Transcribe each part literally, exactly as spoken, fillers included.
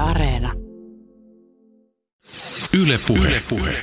Areena. Yle Puhe. Yle Puhe.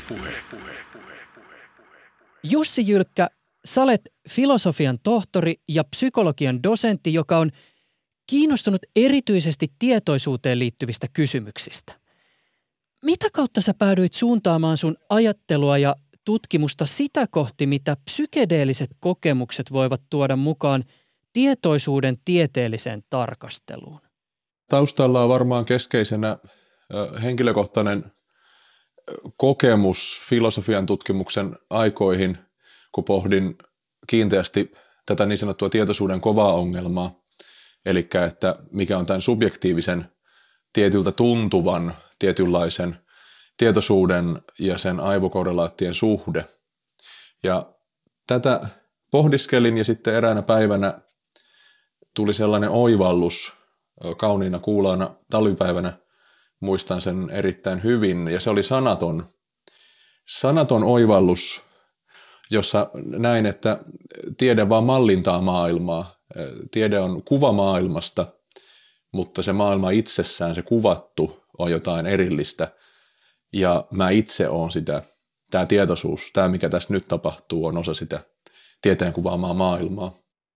Jussi Jylkkä, sä olet filosofian tohtori ja psykologian dosentti, joka on kiinnostunut erityisesti tietoisuuteen liittyvistä kysymyksistä. Mitä kautta sä päädyit suuntaamaan sun ajattelua ja tutkimusta sitä kohti, mitä psykedeelliset kokemukset voivat tuoda mukaan tietoisuuden tieteelliseen tarkasteluun? Taustalla on varmaan keskeisenä henkilökohtainen kokemus filosofian tutkimuksen aikoihin, kun pohdin kiinteästi tätä niin sanottua tietoisuuden kovaa ongelmaa, eli että mikä on tämän subjektiivisen, tietyltä tuntuvan, tietynlaisen tietoisuuden ja sen aivokorrelaattien suhde. Ja tätä pohdiskelin ja sitten eräänä päivänä tuli sellainen oivallus kauniina kuulaana talvipäivänä, muistan sen erittäin hyvin, ja se oli sanaton, sanaton oivallus, jossa näin, että tiede vaan mallintaa maailmaa. Tiede on kuva maailmasta, mutta se maailma itsessään, se kuvattu, on jotain erillistä. Ja mä itse olen sitä, tämä tietoisuus, tämä mikä tässä nyt tapahtuu, on osa sitä tieteen kuvaamaa maailmaa.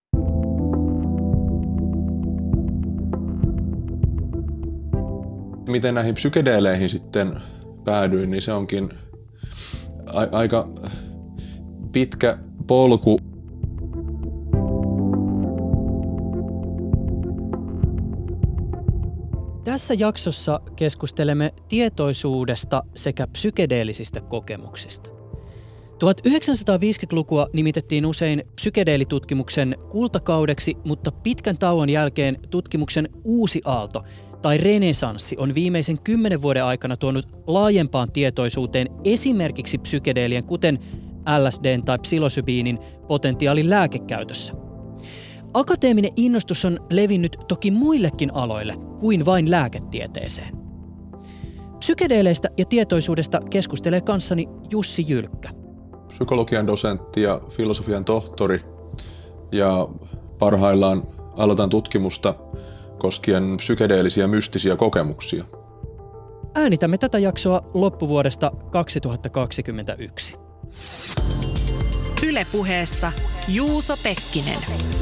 Miten näihin psykedeeleihin sitten päädyin, niin se onkin a- aika pitkä polku. Tässä jaksossa keskustelemme tietoisuudesta sekä psykedeellisistä kokemuksista. tuhatyhdeksänsataaviisikymmentälukua nimitettiin usein psykedeelitutkimuksen kultakaudeksi, mutta pitkän tauon jälkeen tutkimuksen uusi aalto tai renesanssi on viimeisen kymmenen vuoden aikana tuonut laajempaan tietoisuuteen esimerkiksi psykedeelien, kuten L S D:n tai psilosybiinin potentiaalin lääkekäytössä. Akateeminen innostus on levinnyt toki muillekin aloille kuin vain lääketieteeseen. Psykedeeleistä ja tietoisuudesta keskustelee kanssani Jussi Jylkkä. Psykologian dosentti ja filosofian tohtori, ja parhaillaan aloitan tutkimusta koskien psykedeellisiä mystisiä kokemuksia. Äänitämme tätä jaksoa loppuvuodesta kaksituhattakaksikymmentäyksi. Yle Puheessa Juuso Pekkinen.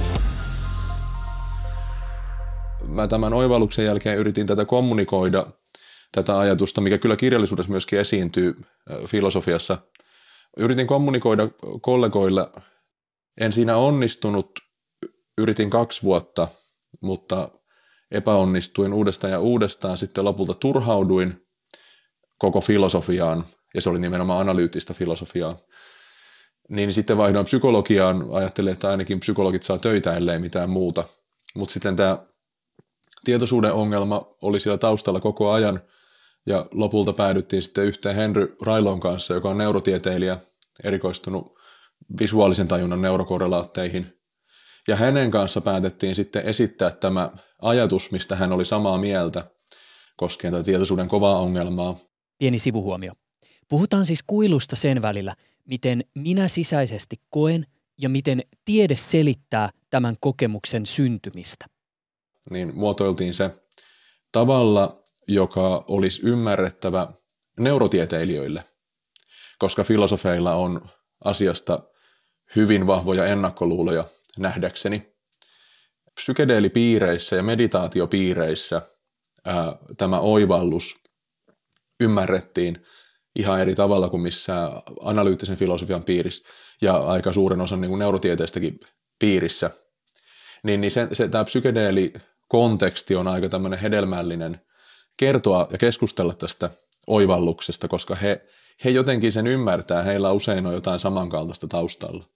Mä tämän oivalluksen jälkeen yritin tätä kommunikoida, tätä ajatusta, mikä kyllä kirjallisuudessa myöskin esiintyy filosofiassa. Yritin kommunikoida kollegoille. En siinä onnistunut, yritin kaksi vuotta, mutta epäonnistuin uudestaan ja uudestaan. Sitten lopulta turhauduin koko filosofiaan, ja se oli nimenomaan analyyttistä filosofiaa. Niin sitten vaihdoin psykologiaan, ajattelin, että ainakin psykologit saa töitä, ellei mitään muuta. Mutta sitten tämä tietoisuuden ongelma oli siellä taustalla koko ajan, ja lopulta päädyttiin sitten yhteen Henry Railon kanssa, joka on neurotieteilijä, erikoistunut visuaalisen tajunnan neurokorrelaatteihin. Ja hänen kanssa päätettiin sitten esittää tämä ajatus, mistä hän oli samaa mieltä, koskien tätä tietoisuuden kovaa ongelmaa. Pieni sivuhuomio. Puhutaan siis kuilusta sen välillä, miten minä sisäisesti koen ja miten tiede selittää tämän kokemuksen syntymistä. Niin muotoiltiin se tavalla, joka olisi ymmärrettävä neurotieteilijöille, koska filosofeilla on asiasta hyvin vahvoja ennakkoluuloja nähdäkseni. Psykedeelipiireissä ja meditaatiopiireissä ää, tämä oivallus ymmärrettiin ihan eri tavalla kuin missään analyyttisen filosofian piirissä ja aika suuren osan niin kuin neurotieteestäkin piirissä. Niin, niin se, se, tämä psykedeelikonteksti on aika tämmöinen hedelmällinen kertoa ja keskustella tästä oivalluksesta, koska he, he jotenkin sen ymmärtää, heillä usein on jotain samankaltaista taustalla.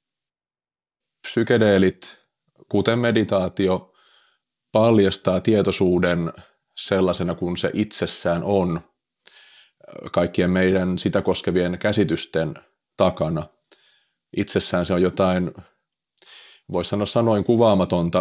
Psykedeelit, kuten meditaatio, paljastaa tietoisuuden sellaisena kuin se itsessään on kaikkien meidän sitä koskevien käsitysten takana. Itsessään se on jotain, voisi sanoa sanoin kuvaamatonta,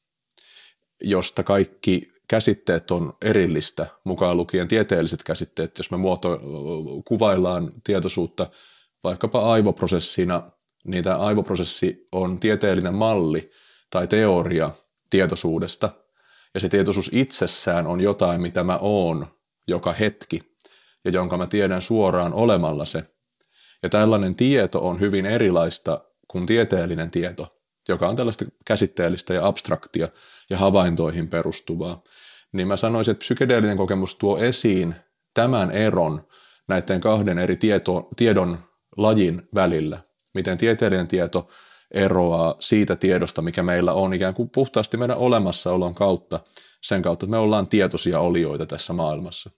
josta kaikki käsitteet on erillistä, mukaan lukien tieteelliset käsitteet. Jos me muoto- kuvaillaan tietoisuutta vaikkapa aivoprosessina, niin tämä aivoprosessi on tieteellinen malli tai teoria tietoisuudesta, ja se tietoisuus itsessään on jotain, mitä mä oon, joka hetki ja jonka mä tiedän suoraan olemalla se. Ja tällainen tieto on hyvin erilaista kuin tieteellinen tieto, joka on tällaista käsitteellistä ja abstraktia ja havaintoihin perustuvaa. Niin mä sanoisin, että psykedeellinen kokemus tuo esiin tämän eron näiden kahden eri tieto, tiedon lajin välillä. Miten tieteellinen tieto eroaa siitä tiedosta, mikä meillä on ikään kuin puhtaasti meidän olemassaolon kautta, sen kautta, että me ollaan tietoisia olioita tässä maailmassa.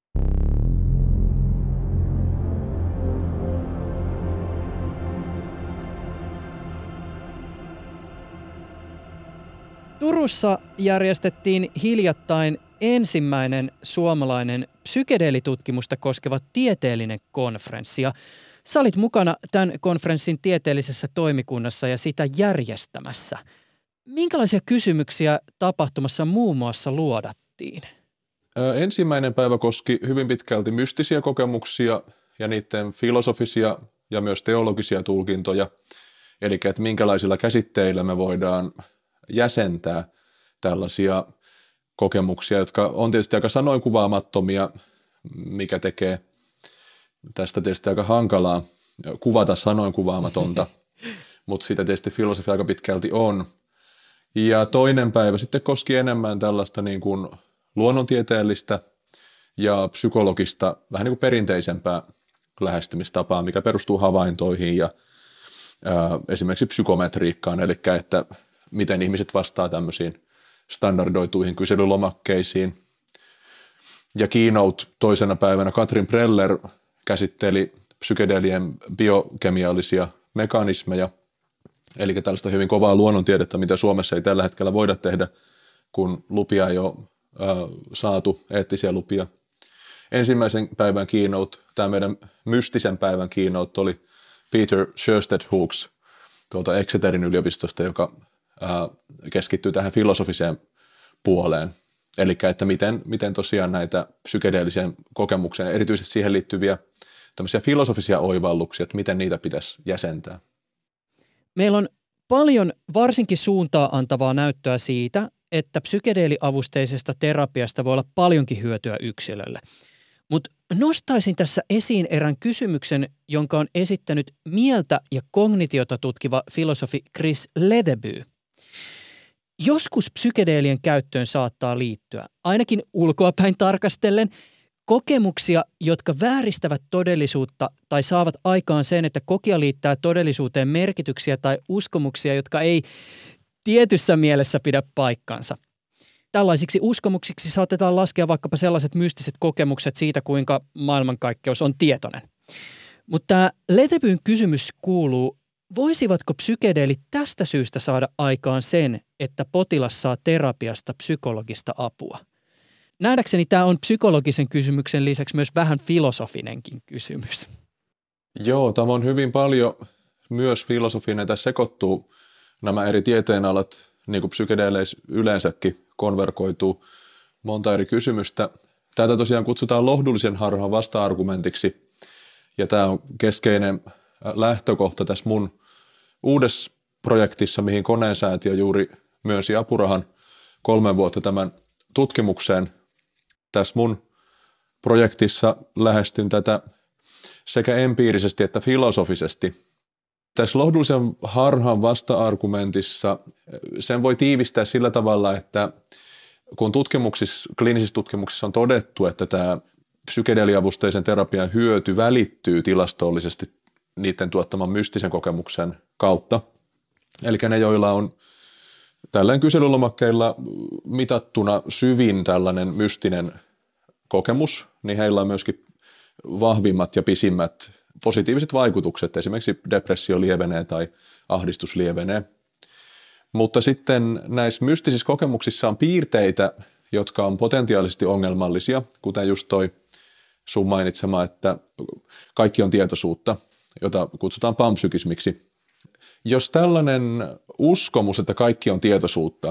Turussa järjestettiin hiljattain ensimmäinen suomalainen psykedeelitutkimusta koskeva tieteellinen konferenssi. Ja sä olit mukana tämän konferenssin tieteellisessä toimikunnassa ja sitä järjestämässä. Minkälaisia kysymyksiä tapahtumassa muun muassa luodattiin? Ensimmäinen päivä koski hyvin pitkälti mystisiä kokemuksia ja niiden filosofisia ja myös teologisia tulkintoja. Eli että minkälaisilla käsitteillä me voidaan jäsentää tällaisia kokemuksia, jotka on tietysti aika sanoinkuvaamattomia, mikä tekee tästä tietysti aika hankalaa kuvata sanoinkuvaamatonta, mutta sitä tietysti filosofia aika pitkälti on. Ja toinen päivä sitten koski enemmän tällaista niin kuin luonnontieteellistä ja psykologista, vähän niin kuin perinteisempää lähestymistapaa, mikä perustuu havaintoihin ja ää, esimerkiksi psykometriikkaan, eli että miten ihmiset vastaa tämmöisiin standardoituihin kyselylomakkeisiin. Ja keynote toisena päivänä Katrin Preller käsitteli psykedeelien biokemiallisia mekanismeja, eli tällaista hyvin kovaa luonnontiedettä, mitä Suomessa ei tällä hetkellä voida tehdä, kun lupia ei ole äh, saatu, eettisiä lupia. Ensimmäisen päivän keynote, tämä meidän mystisen päivän keynote oli Peter Sjöstedt-Hoogs tuolta Exeterin yliopistosta, joka keskittyy tähän filosofiseen puoleen. Eli että miten, miten tosiaan näitä psykedeellisen kokemuksen, erityisesti siihen liittyviä tämmöisiä filosofisia oivalluksia, että miten niitä pitäisi jäsentää. Meillä on paljon varsinkin suuntaa antavaa näyttöä siitä, että psykedeeliavusteisesta terapiasta voi olla paljonkin hyötyä yksilölle. Mutta nostaisin tässä esiin erään kysymyksen, jonka on esittänyt mieltä ja kognitiota tutkiva filosofi Chris Ledeby. Joskus psykedeelien käyttöön saattaa liittyä, ainakin ulkoapäin tarkastellen, kokemuksia, jotka vääristävät todellisuutta tai saavat aikaan sen, että kokija liittää todellisuuteen merkityksiä tai uskomuksia, jotka ei tietyssä mielessä pidä paikkansa. Tällaisiksi uskomuksiksi saatetaan laskea vaikkapa sellaiset mystiset kokemukset siitä, kuinka maailmankaikkeus on tietoinen. Mutta tämä Ledebyn kysymys kuuluu, voisivatko psykedeelit tästä syystä saada aikaan sen, että potilas saa terapiasta psykologista apua? Nähdäkseni tämä on psykologisen kysymyksen lisäksi myös vähän filosofinenkin kysymys. Joo, tämä on hyvin paljon myös filosofinen. Tässä sekoittuu nämä eri tieteenalat, niin kuin psykedeeleissä yleensäkin konverkoituu monta eri kysymystä. Tätä tosiaan kutsutaan lohdullisen harhan vasta-argumentiksi, ja tämä on keskeinen lähtökohta tässä mun uudessa projektissa, mihin Koneensäätiö juuri myönsi apurahan kolme vuotta tämän tutkimukseen. Tässä mun projektissa lähestyn tätä sekä empiirisesti että filosofisesti. Tässä lohdullisen harhan vasta-argumentissa sen voi tiivistää sillä tavalla, että kun tutkimuksissa, kliinisissä tutkimuksissa on todettu, että tämä psykedeeliavusteisen terapian hyöty välittyy tilastollisesti niiden tuottaman mystisen kokemuksen kautta. Eli ne, joilla on tällainen kyselylomakkeilla mitattuna syvin tällainen mystinen kokemus, niin heillä on myöskin vahvimmat ja pisimmät positiiviset vaikutukset. Esimerkiksi depressio lievenee tai ahdistus lievenee. Mutta sitten näissä mystisissä kokemuksissa on piirteitä, jotka on potentiaalisesti ongelmallisia, kuten just toi sun mainitsema, että kaikki on tietoisuutta, jota kutsutaan panpsykismiksi. Jos tällainen uskomus, että kaikki on tietoisuutta,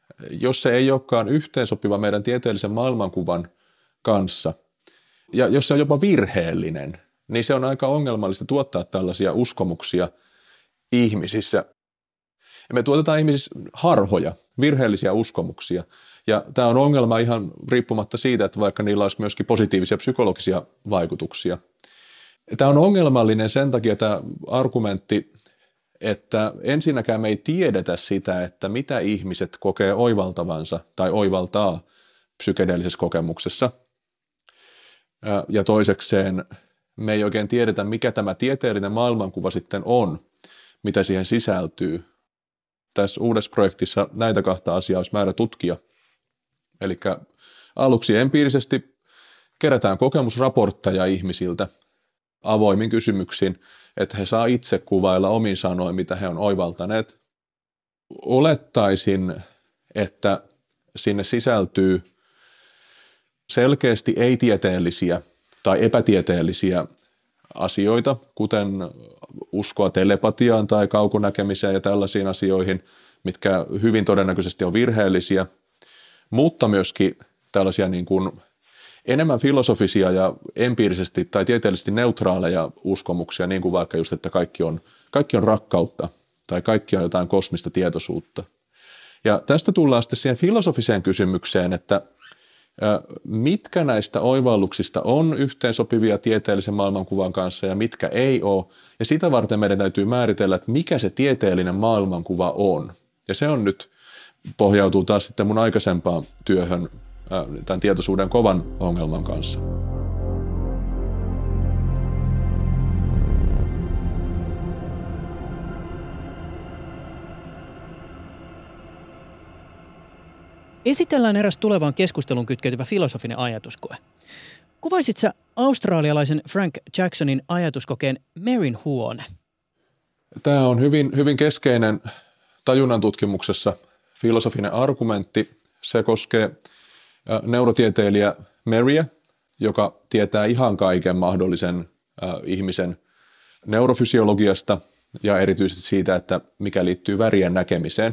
jos se ei olekaan yhteensopiva meidän tieteellisen maailmankuvan kanssa, ja jos se on jopa virheellinen, niin se on aika ongelmallista tuottaa tällaisia uskomuksia ihmisissä. Ja me tuotetaan ihmisissä harhoja, virheellisiä uskomuksia. Ja tämä on ongelma ihan riippumatta siitä, että vaikka niillä olisi myöskin positiivisia psykologisia vaikutuksia. Tämä on ongelmallinen sen takia tämä argumentti, että ensinnäkään me ei tiedetä sitä, että mitä ihmiset kokee oivaltavansa tai oivaltaa psykedeellisessä kokemuksessa. Ja toisekseen me ei oikein tiedetä, mikä tämä tieteellinen maailmankuva sitten on, mitä siihen sisältyy. Tässä uudessa projektissa näitä kahta asiaa olisi määrä tutkia. Eli aluksi empiirisesti kerätään kokemusraportteja ihmisiltä avoimin kysymyksin, että he saa itse kuvailla omin sanoin, mitä he on oivaltaneet. Olettaisin, että sinne sisältyy selkeästi ei-tieteellisiä tai epätieteellisiä asioita, kuten uskoa telepatiaan tai kaukonäkemiseen ja tällaisiin asioihin, mitkä hyvin todennäköisesti on virheellisiä, mutta myöskin tällaisia niin kuin enemmän filosofisia ja empiirisesti tai tieteellisesti neutraaleja uskomuksia, niin kuin vaikka just, että kaikki on, kaikki on rakkautta tai kaikki on jotain kosmista tietoisuutta. Ja tästä tullaan sitten siihen filosofiseen kysymykseen, että mitkä näistä oivalluksista on yhteensopivia tieteellisen maailmankuvan kanssa ja mitkä ei ole. Ja sitä varten meidän täytyy määritellä, että mikä se tieteellinen maailmankuva on. Ja se on nyt, pohjautuu taas sitten mun aikaisempaan työhön tämän tietoisuuden kovan ongelman kanssa. Esitellään eräs tulevaan keskustelun kytkeytyvä filosofinen ajatuskoe. Kuvaisit sä australialaisen Frank Jacksonin ajatuskokeen Maryn huone? Tämä on hyvin, hyvin keskeinen tajunnan tutkimuksessa filosofinen argumentti. Se koskee neurotieteilijä Maryä, joka tietää ihan kaiken mahdollisen äh, ihmisen neurofysiologiasta ja erityisesti siitä, että mikä liittyy värien näkemiseen.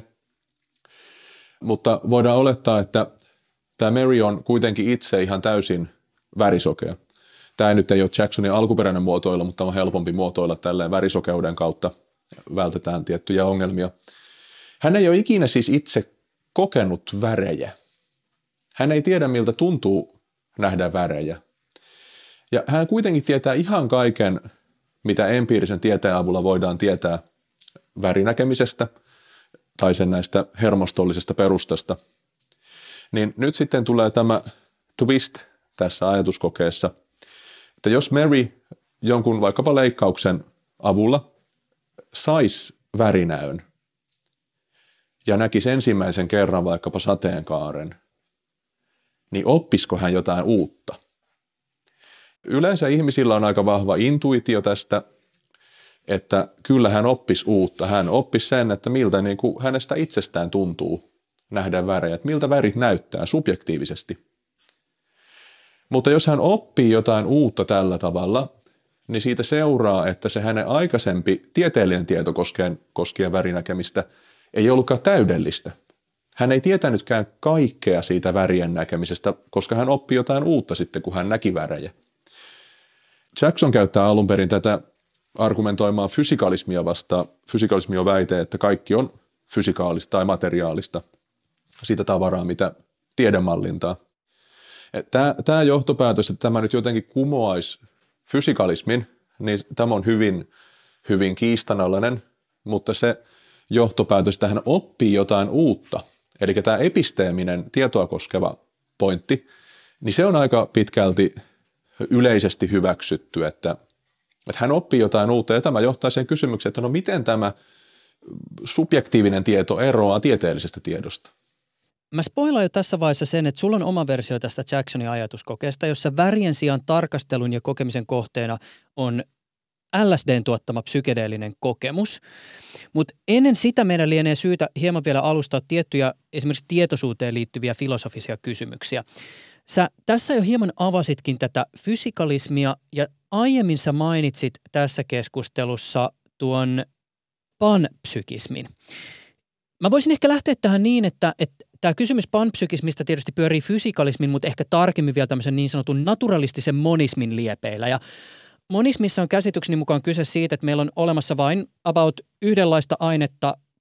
Mutta voidaan olettaa, että tämä Mary on kuitenkin itse ihan täysin värisokea. Tämä nyt ei ole Jacksonin alkuperäinen muotoilu, mutta on helpompi muotoilla tälleen värisokeuden kautta. Vältetään tiettyjä ongelmia. Hän ei ole ikinä siis itse kokenut värejä. Hän ei tiedä, miltä tuntuu nähdä värejä. Ja hän kuitenkin tietää ihan kaiken, mitä empiirisen tieteen avulla voidaan tietää värinäkemisestä tai sen näistä hermostollisesta perustasta. Niin nyt sitten tulee tämä twist tässä ajatuskokeessa, että jos Mary jonkun vaikkapa leikkauksen avulla saisi värinäön ja näkisi ensimmäisen kerran vaikkapa sateenkaaren, niin oppisiko hän jotain uutta? Yleensä ihmisillä on aika vahva intuitio tästä, että kyllä hän oppisi uutta. Hän oppisi sen, että miltä niin kuin hänestä itsestään tuntuu nähdä värejä, että miltä värit näyttää subjektiivisesti. Mutta jos hän oppii jotain uutta tällä tavalla, niin siitä seuraa, että se hänen aikaisempi tieteellinen tieto koskien, koskien värinäkemistä ei ollutkaan täydellistä. Hän ei tietänytkään kaikkea siitä värien näkemisestä, koska hän oppi jotain uutta sitten, kun hän näki värejä. Jackson käyttää alun perin tätä argumentoimaan fysikalismia vastaan. Fysikalismi on väite, että kaikki on fysikaalista tai materiaalista, sitä tavaraa, mitä tiede mallintaa. Tämä, tämä johtopäätös, että tämä nyt jotenkin kumoaisi fysikalismin, niin tämä on hyvin, hyvin kiistanalainen, mutta se johtopäätös, että hän oppii jotain uutta, eli tämä episteeminen tietoa koskeva pointti, niin se on aika pitkälti yleisesti hyväksytty, että, että hän oppii jotain uutta, ja tämä johtaa siihen kysymykseen, että no miten tämä subjektiivinen tieto eroaa tieteellisestä tiedosta. Mä spoilaan jo tässä vaiheessa sen, että sulla on oma versio tästä Jacksonin ajatuskokeesta, jossa värien sijaan tarkastelun ja kokemisen kohteena on L S D:n tuottama psykedeellinen kokemus. Mutta ennen sitä meidän lienee syytä hieman vielä alustaa tiettyjä esimerkiksi tietoisuuteen liittyviä filosofisia kysymyksiä. Sä tässä jo hieman avasitkin tätä fysikalismia ja aiemmin sä mainitsit tässä keskustelussa tuon panpsykismin. Mä voisin ehkä lähteä tähän niin, että, että tämä kysymys panpsykismista tietysti pyörii fysikalismin, mutta ehkä tarkemmin vielä tämmöisen niin sanotun naturalistisen monismin liepeillä. Ja monismissa on käsitykseni mukaan kyse siitä, että meillä on olemassa vain about yhdenlaista ainetta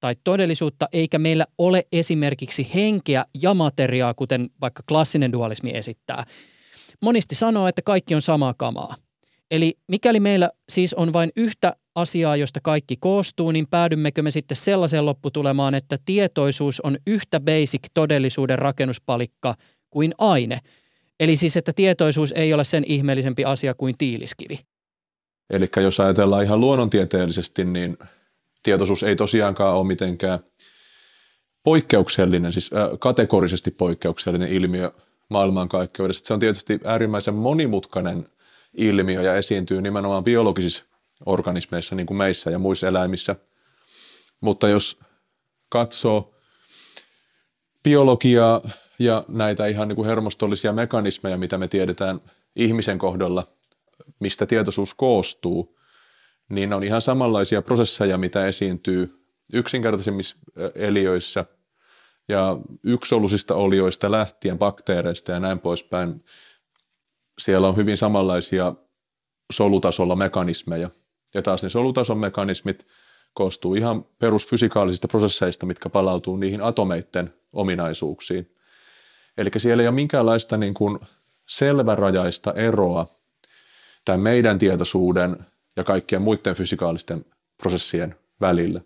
tai todellisuutta, eikä meillä ole esimerkiksi henkeä ja materiaa, kuten vaikka klassinen dualismi esittää. Monisti sanoo, että kaikki on samaa kamaa. Eli mikäli meillä siis on vain yhtä asiaa, josta kaikki koostuu, niin päädymmekö me sitten sellaiseen lopputulemaan, että tietoisuus on yhtä basic todellisuuden rakennuspalikka kuin aine. Eli siis, että tietoisuus ei ole sen ihmeellisempi asia kuin tiiliskivi. Eli jos ajatellaan ihan luonnontieteellisesti, niin tietoisuus ei tosiaankaan ole mitenkään poikkeuksellinen, siis kategorisesti poikkeuksellinen ilmiö maailmankaikkeudessa. Se on tietysti äärimmäisen monimutkainen ilmiö ja esiintyy nimenomaan biologisissa organismeissa, niin kuin meissä ja muissa eläimissä. Mutta jos katsoo biologiaa ja näitä ihan niin kuin hermostollisia mekanismeja, mitä me tiedetään ihmisen kohdalla, mistä tietoisuus koostuu, niin on ihan samanlaisia prosesseja, mitä esiintyy yksinkertaisimmissa eliöissä ja yksolusista olioista lähtien, bakteereista ja näin poispäin. Siellä on hyvin samanlaisia solutasolla mekanismeja. Ja taas ne solutason mekanismit koostuu ihan perusfysikaalisista prosesseista, mitkä palautuu niihin atomeiden ominaisuuksiin. Eli siellä ei ole minkäänlaista niin kuin selvärajaista eroa tämän meidän tietoisuuden ja kaikkien muiden fysikaalisten prosessien välillä.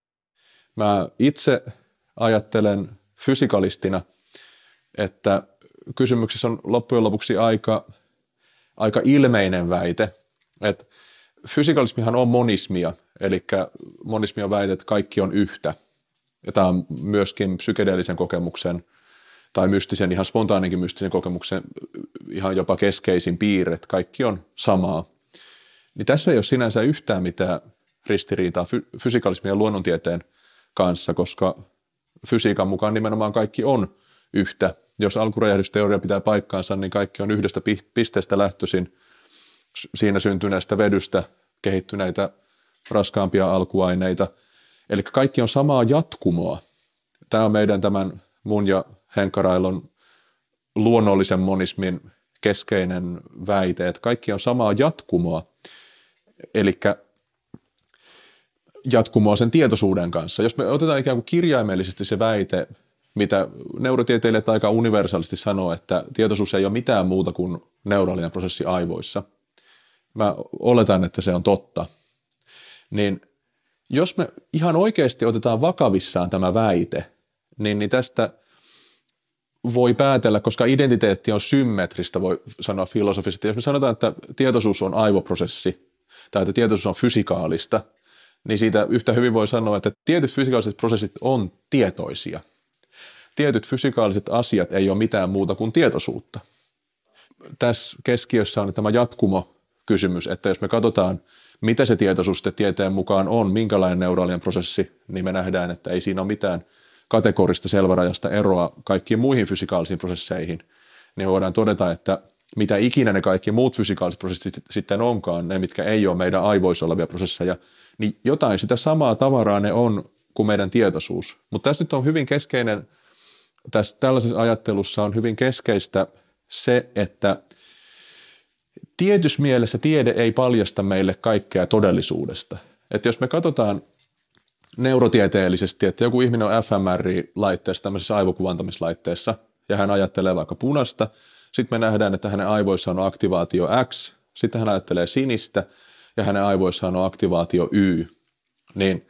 Mä itse ajattelen fysikalistina, että kysymyksessä on loppujen lopuksi aika, aika ilmeinen väite, että fysikalismihan on monismia, eli monismi on väite, että kaikki on yhtä. Ja tämä on myöskin psykedeellisen kokemuksen tai mystisen, ihan spontaaninkin mystisen kokemuksen ihan jopa keskeisin piirre, että kaikki on samaa. Niin tässä ei ole sinänsä yhtään mitään ristiriitaa fysikalismin ja luonnontieteen kanssa, koska fysiikan mukaan nimenomaan kaikki on yhtä. Jos alkuräjähdysteoria pitää paikkaansa, niin kaikki on yhdestä pisteestä lähtöisin, siinä syntyneestä vedystä kehittyneitä raskaampia alkuaineita. Eli kaikki on samaa jatkumoa. Tämä on meidän tämän mun ja Henkka Railon luonnollisen monismin keskeinen väite, että kaikki on samaa jatkumoa, eli jatkumoa sen tietoisuuden kanssa. Jos me otetaan ikään kuin kirjaimellisesti se väite, mitä neurotieteilijät aika universaalisti sanoo, että tietoisuus ei ole mitään muuta kuin neuraalinen prosessi aivoissa. Mä oletan, että se on totta. Niin jos me ihan oikeasti otetaan vakavissaan tämä väite, niin, niin tästä voi päätellä, koska identiteetti on symmetristä, voi sanoa filosofisesti. Jos me sanotaan, että tietoisuus on aivoprosessi tai että tietoisuus on fysikaalista, niin siitä yhtä hyvin voi sanoa, että tietyt fysikaaliset prosessit on tietoisia. Tietyt fysikaaliset asiat ei ole mitään muuta kuin tietoisuutta. Tässä keskiössä on tämä jatkumo-kysymys, että jos me katsotaan, mitä se tietoisuus sitten tieteen mukaan on, minkälainen neuraalinen prosessi, niin me nähdään, että ei siinä ole mitään kategorista selvärajasta eroa kaikkiin muihin fysikaalisiin prosesseihin, niin voidaan todeta, että mitä ikinä ne kaikki muut fysikaaliset prosessit sitten onkaan, ne mitkä ei ole meidän aivoissa olevia prosesseja, niin jotain sitä samaa tavaraa ne on kuin meidän tietoisuus. Mutta tässä nyt on hyvin keskeinen, tässä tällaisessa ajattelussa on hyvin keskeistä se, että tietyssä mielessä tiede ei paljasta meille kaikkea todellisuudesta. Että jos me katsotaan neurotieteellisesti, että joku ihminen on F M R I-laitteessa, tämmöisessä aivokuvantamislaitteessa, ja hän ajattelee vaikka punaista, sitten me nähdään, että hänen aivoissaan on aktivaatio X, sitten hän ajattelee sinistä, ja hänen aivoissaan on aktivaatio Y. Niin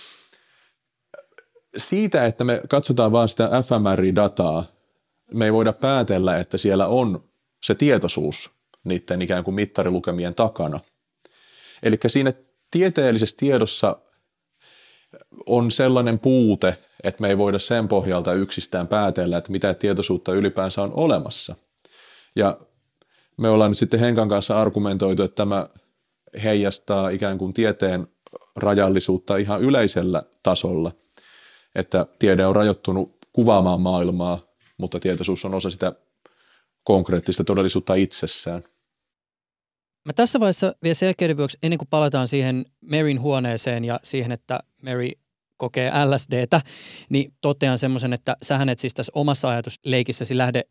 siitä, että me katsotaan vain sitä F M R I-dataa, me ei voida päätellä, että siellä on se tietoisuus niiden ikään kuin mittarilukemien takana. Eli siinä tieteellisessä tiedossa on sellainen puute, että me ei voida sen pohjalta yksistään päätellä, että mitä tietoisuutta ylipäänsä on olemassa. Ja me ollaan nyt sitten Henkan kanssa argumentoitu, että tämä heijastaa ikään kuin tieteen rajallisuutta ihan yleisellä tasolla, että tiede on rajoittunut kuvaamaan maailmaa, mutta tietoisuus on osa sitä konkreettista todellisuutta itsessään. Mä tässä vaiheessa vielä selkeyden vuoksi, ennen kuin palataan siihen Maryn huoneeseen ja siihen, että Mary kokee L S D:tä, niin totean semmoisen, että sähän et siis tässä omassa ajatusleikissäsi lähde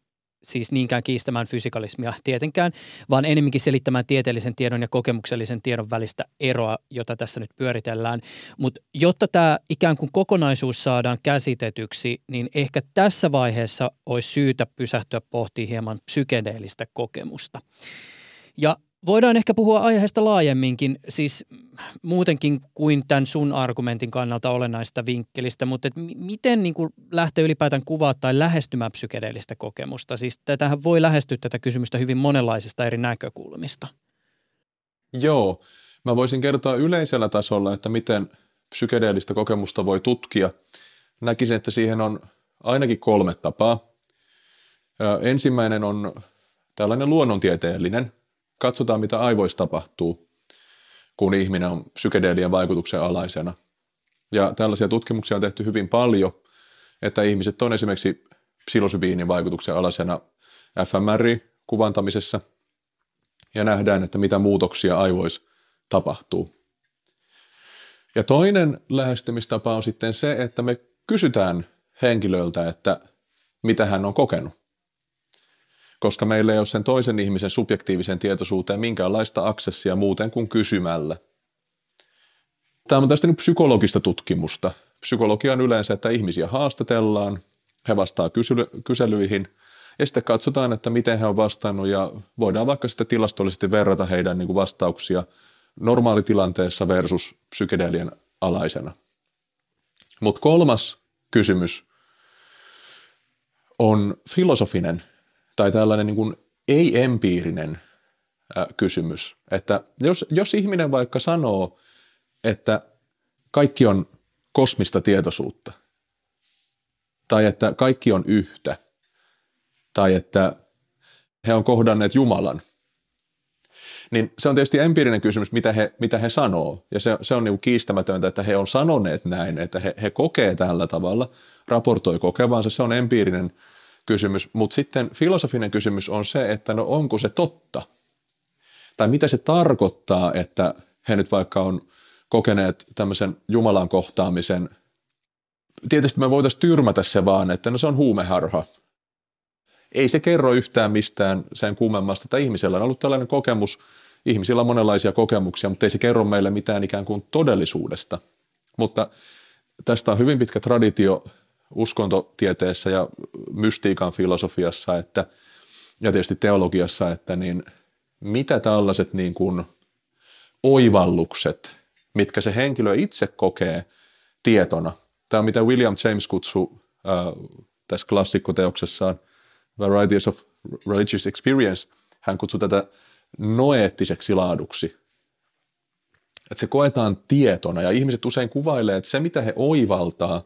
siis niinkään kiistämään fysikalismia tietenkään, vaan enemmänkin selittämään tieteellisen tiedon ja kokemuksellisen tiedon välistä eroa, jota tässä nyt pyöritellään. Mutta jotta tämä ikään kuin kokonaisuus saadaan käsitetyksi, niin ehkä tässä vaiheessa olisi syytä pysähtyä pohtimaan hieman psykedeellistä kokemusta. Ja voidaan ehkä puhua aiheesta laajemminkin, siis muutenkin kuin tämän sun argumentin kannalta olennaista vinkkelistä, mutta et miten niin kuin lähtee ylipäätään kuvaa tai lähestymään psykedeellistä kokemusta? Siis tätähän voi lähestyä tätä kysymystä hyvin monenlaisista eri näkökulmista. Joo, mä voisin kertoa yleisellä tasolla, että miten psykedeellistä kokemusta voi tutkia. Näkisin, että siihen on ainakin kolme tapaa. Ensimmäinen on tällainen luonnontieteellinen. Katsotaan, mitä aivoissa tapahtuu, kun ihminen on psykedeelien vaikutuksen alaisena. Ja tällaisia tutkimuksia on tehty hyvin paljon, että ihmiset on esimerkiksi psilosybiinin vaikutuksen alaisena F M R I-kuvantamisessa ja nähdään, että mitä muutoksia aivoissa tapahtuu. Ja toinen lähestymistapa on sitten se, että me kysytään henkilöltä, että mitä hän on kokenut. Koska meillä ei ole sen toisen ihmisen subjektiivisen tietoisuuteen minkäänlaista aksessia muuten kuin kysymällä. Tämä on tästä nyt psykologista tutkimusta. Psykologia on yleensä, että ihmisiä haastatellaan, he vastaa kysely- kyselyihin ja sitten katsotaan, että miten he on vastannut ja voidaan vaikka sitten tilastollisesti verrata heidän niin kuin vastauksia normaalitilanteessa versus psykedeelien alaisena. Mutta kolmas kysymys on filosofinen tai tällainen niin kuin ei-empiirinen äh, kysymys, että jos, jos ihminen vaikka sanoo, että kaikki on kosmista tietoisuutta, tai että kaikki on yhtä, tai että he on kohdanneet Jumalan, niin se on tietysti empiirinen kysymys, mitä he, mitä he sanoo, ja se, se on niin kuin kiistämätöntä, että he on sanoneet näin, että he, he kokee tällä tavalla, raportoi kokevansa, se on empiirinen kysymys, mutta sitten filosofinen kysymys on se, että no onko se totta? Tai mitä se tarkoittaa, että he nyt vaikka on kokeneet tämmöisen Jumalan kohtaamisen. Tietysti me voitaisiin tyrmätä se vaan, että no se on huumeharha. Ei se kerro yhtään mistään sen kummemmasta, että ihmisellä on ollut tällainen kokemus, ihmisillä on monenlaisia kokemuksia, mutta ei se kerro meille mitään ikään kuin todellisuudesta. Mutta tästä on hyvin pitkä traditio uskontotieteessä ja mystiikan filosofiassa että, ja tietysti teologiassa, että niin, mitä tällaiset niin kuin oivallukset, mitkä se henkilö itse kokee tietona. Tämä on mitä William James kutsui äh, tässä klassikkoteoksessaan Varieties of Religious Experience. Hän kutsui tätä noeettiseksi laaduksi. Että se koetaan tietona ja ihmiset usein kuvailee, että se mitä he oivaltaa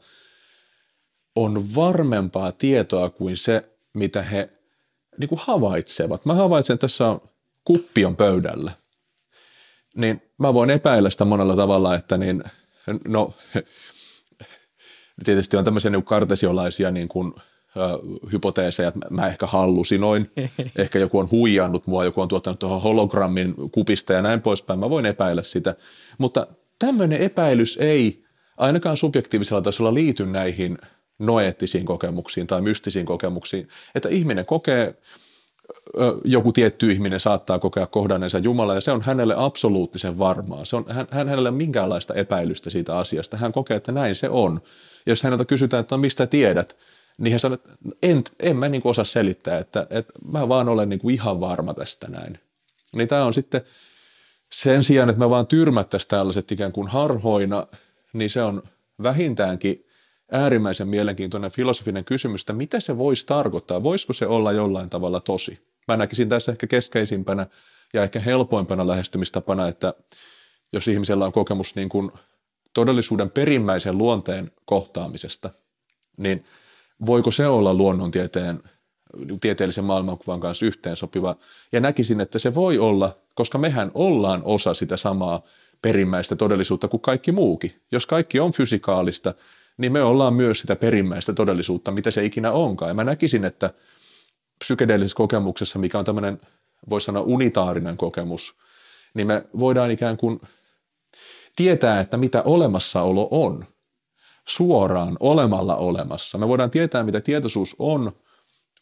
on varmempaa tietoa kuin se, mitä he niin kuin havaitsevat. Mä havaitsen, että tässä on kuppi on pöydällä. Niin mä voin epäillä sitä monella tavalla, että niin, no, tietysti on tämmöisiä niin kartesiolaisia niin kuin, äh, hypoteeseja, että mä ehkä hallusinoin, ehkä joku on huijannut mua, joku on tuottanut tuohon hologrammin kupista ja näin poispäin, mä voin epäillä sitä. Mutta tämmöinen epäilys ei ainakaan subjektiivisella tasolla liity näihin noeettisiin kokemuksiin tai mystisiin kokemuksiin, että ihminen kokee, joku tietty ihminen saattaa kokea kohdanneensa Jumalaa ja se on hänelle absoluuttisen varmaa. Se on hän, hänellä ei ole minkäänlaista epäilystä siitä asiasta. Hän kokee, että näin se on. Ja jos häneltä kysytään, että no, mistä tiedät, niin hän sanoo, että en, en mä niin kuin osaa selittää, että, että mä vaan olen niin kuin ihan varma tästä näin. Niin tämä on sitten sen sijaan, että me vaan tyrmättäisiin tällaiset ikään kuin harhoina, niin se on vähintäänkin äärimmäisen mielenkiintoinen filosofinen kysymys, että mitä se voisi tarkoittaa, voisiko se olla jollain tavalla tosi. Mä näkisin tässä ehkä keskeisimpänä ja ehkä helpoimpana lähestymistapana, että jos ihmisellä on kokemus niin kuin todellisuuden perimmäisen luonteen kohtaamisesta, niin voiko se olla luonnontieteen, tieteellisen maailmankuvan kanssa yhteensopiva. Ja näkisin, että se voi olla, koska mehän ollaan osa sitä samaa perimmäistä todellisuutta kuin kaikki muukin. Jos kaikki on fysikaalista, niin me ollaan myös sitä perimmäistä todellisuutta, mitä se ikinä onkaan. Ja mä näkisin, että psykedeellisessä kokemuksessa, mikä on tämmöinen, voisi sanoa unitaarinen kokemus, niin me voidaan ikään kuin tietää, että mitä olemassaolo on, suoraan olemalla olemassa. Me voidaan tietää, mitä tietoisuus on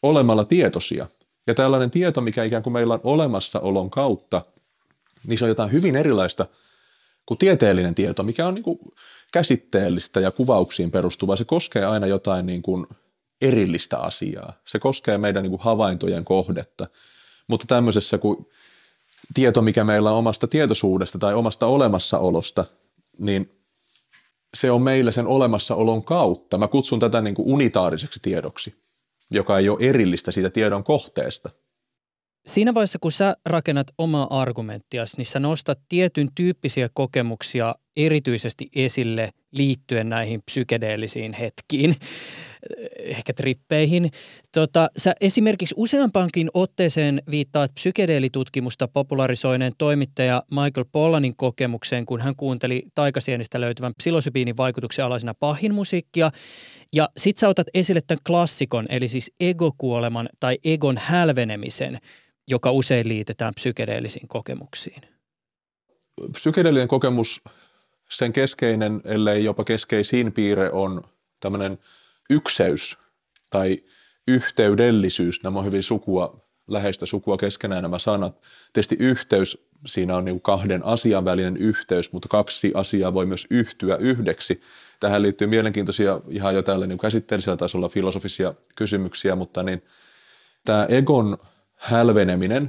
olemalla tietoisia. Ja tällainen tieto, mikä ikään kuin meillä on olemassaolon kautta, niin se on jotain hyvin erilaista kuin tieteellinen tieto, mikä on niin kuin käsitteellistä ja kuvauksiin perustuvaa. Se koskee aina jotain niin kuin erillistä asiaa. Se koskee meidän niin kuin havaintojen kohdetta. Mutta tämmöisessä kuin tieto, mikä meillä on omasta tietoisuudesta tai omasta olemassaolosta, niin se on meillä sen olemassaolon kautta. Mä kutsun tätä niin kuin unitaariseksi tiedoksi, joka ei ole erillistä siitä tiedon kohteesta. Siinä vaiheessa, kun sä rakennat omaa argumenttiasi, niin sä nostat tietyn tyyppisiä kokemuksia erityisesti esille liittyen näihin psykedeellisiin hetkiin, ehkä trippeihin. Tota, sä esimerkiksi useampaankin otteeseen viittaat psykedeelitutkimusta popularisoineen toimittaja Michael Pollanin kokemukseen, kun hän kuunteli taikasienistä löytyvän psilosybiinin vaikutuksen alaisena pahinmusiikkia. Ja sit sä otat esille tämän klassikon, eli siis egokuoleman tai egon hälvenemisen, joka usein liitetään psykedeellisiin kokemuksiin. Psykedeellinen kokemus, sen keskeinen, ellei jopa keskeisin piirre on tämmöinen ykseys tai yhteydellisyys. Nämä on hyvin sukua, läheistä sukua keskenään nämä sanat. Tietysti yhteys, siinä on niin kuin kahden asian välinen yhteys, mutta kaksi asiaa voi myös yhtyä yhdeksi. Tähän liittyy mielenkiintoisia ihan jo tällä niin käsitteellisellä tasolla filosofisia kysymyksiä, mutta niin, tämä egon hälveneminen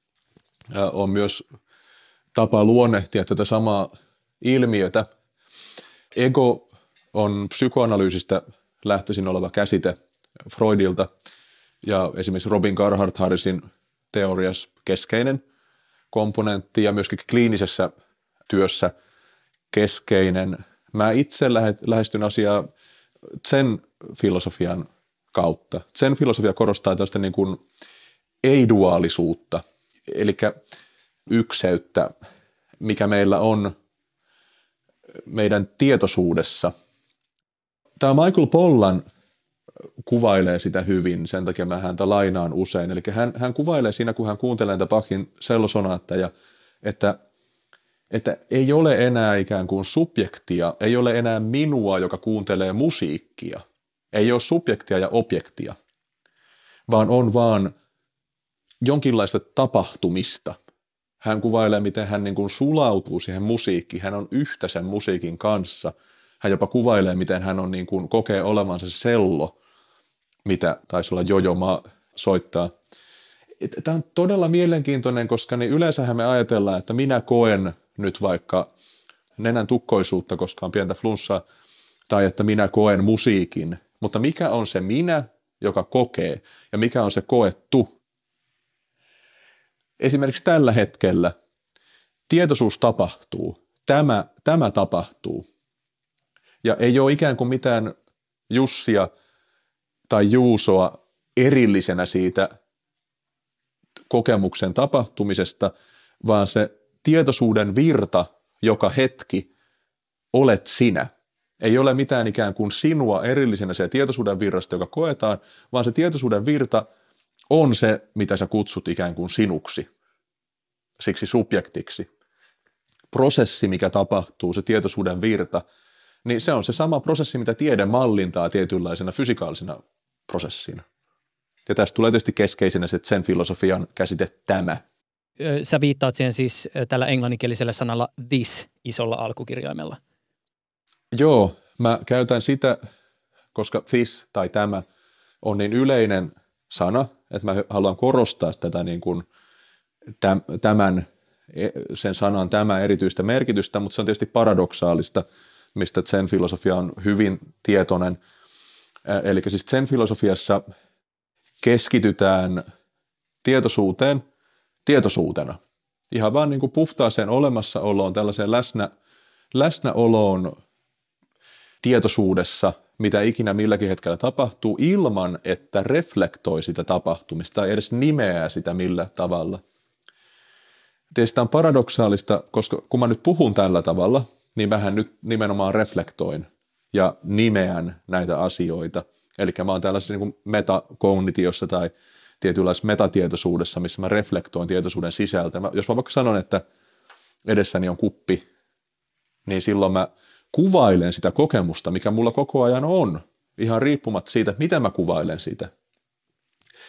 on myös tapa luonnehtia tätä samaa ilmiötä. Ego on psykoanalyysistä lähtöisin oleva käsite Freudilta ja esimerkiksi Robin Carhart Harrisin teoriassa keskeinen komponentti ja myöskin kliinisessä työssä keskeinen. Mä itse lähestyn asiaa Zen-filosofian kautta. Zen-filosofia korostaa tällaista niin kuin ei-duaalisuutta, eli ykseyttä, mikä meillä on meidän tietoisuudessa. Tämä Michael Pollan kuvailee sitä hyvin, sen takia mä häntä lainaan usein. Eli hän, hän kuvailee siinä, kun hän kuuntelee näitä Bachin sellosonaatteja, että, että ei ole enää ikään kuin subjektia, ei ole enää minua, joka kuuntelee musiikkia. Ei ole subjektia ja objektia, vaan on vaan jonkinlaista tapahtumista. Hän kuvailee, miten hän niin kuin sulautuu siihen musiikkiin. Hän on yhtä sen musiikin kanssa. Hän jopa kuvailee, miten hän on niin kuin kokee olevansa sello, mitä taisi olla Jojo Ma soittaa. Tämä on todella mielenkiintoinen, koska niin yleensähän me ajatellaan, että minä koen nyt vaikka nenän tukkoisuutta, koska on pientä flunssaa, tai että minä koen musiikin. Mutta mikä on se minä, joka kokee, ja mikä on se koettu? Esimerkiksi tällä hetkellä tietoisuus tapahtuu, tämä, tämä tapahtuu, ja ei ole ikään kuin mitään Jussia tai Juusoa erillisenä siitä kokemuksen tapahtumisesta, vaan se tietoisuuden virta, joka hetki, olet sinä. Ei ole mitään ikään kuin sinua erillisenä se tietoisuuden virrasta, joka koetaan, vaan se tietoisuuden virta on se, mitä sä kutsut ikään kuin sinuksi, siksi subjektiksi. Prosessi, mikä tapahtuu, se tietoisuuden virta, niin se on se sama prosessi, mitä tiede mallintaa tietynlaisena fysikaalisena prosessina. Ja tästä tulee tietysti keskeisenä se Zen-filosofian käsite tämä. Sä viittaat siihen siis tällä englanninkielisellä sanalla this isolla alkukirjaimella. Joo, mä käytän sitä, koska this tai tämä on niin yleinen sana, että mä haluan korostaa tätä niin kuin tämän, sen sanan tämä erityistä merkitystä, mutta se on tietysti paradoksaalista, mistä Zen-filosofia on hyvin tietoinen. Eli siis Zen-filosofiassa keskitytään tietoisuuteen tietoisuutena. Ihan vaan niin kuin puhtaaseen olemassaoloon, tällaiseen läsnä, läsnäoloon tietoisuudessa, mitä ikinä milläkin hetkellä tapahtuu, ilman että reflektoi sitä tapahtumista tai edes nimeää sitä millä tavalla. Tietysti on paradoksaalista, koska kun mä nyt puhun tällä tavalla, niin mähän nyt nimenomaan reflektoin ja nimeän näitä asioita. Eli mä oon tällaisessa niin kuin metakognitiossa tai tietynlaisessa metatietoisuudessa, missä mä reflektoin tietoisuuden sisältä. Mä, jos mä vaikka sanon, että edessäni on kuppi, niin silloin mä kuvailen sitä kokemusta, mikä mulla koko ajan on, ihan riippumatta siitä, mitä mä kuvailen siitä.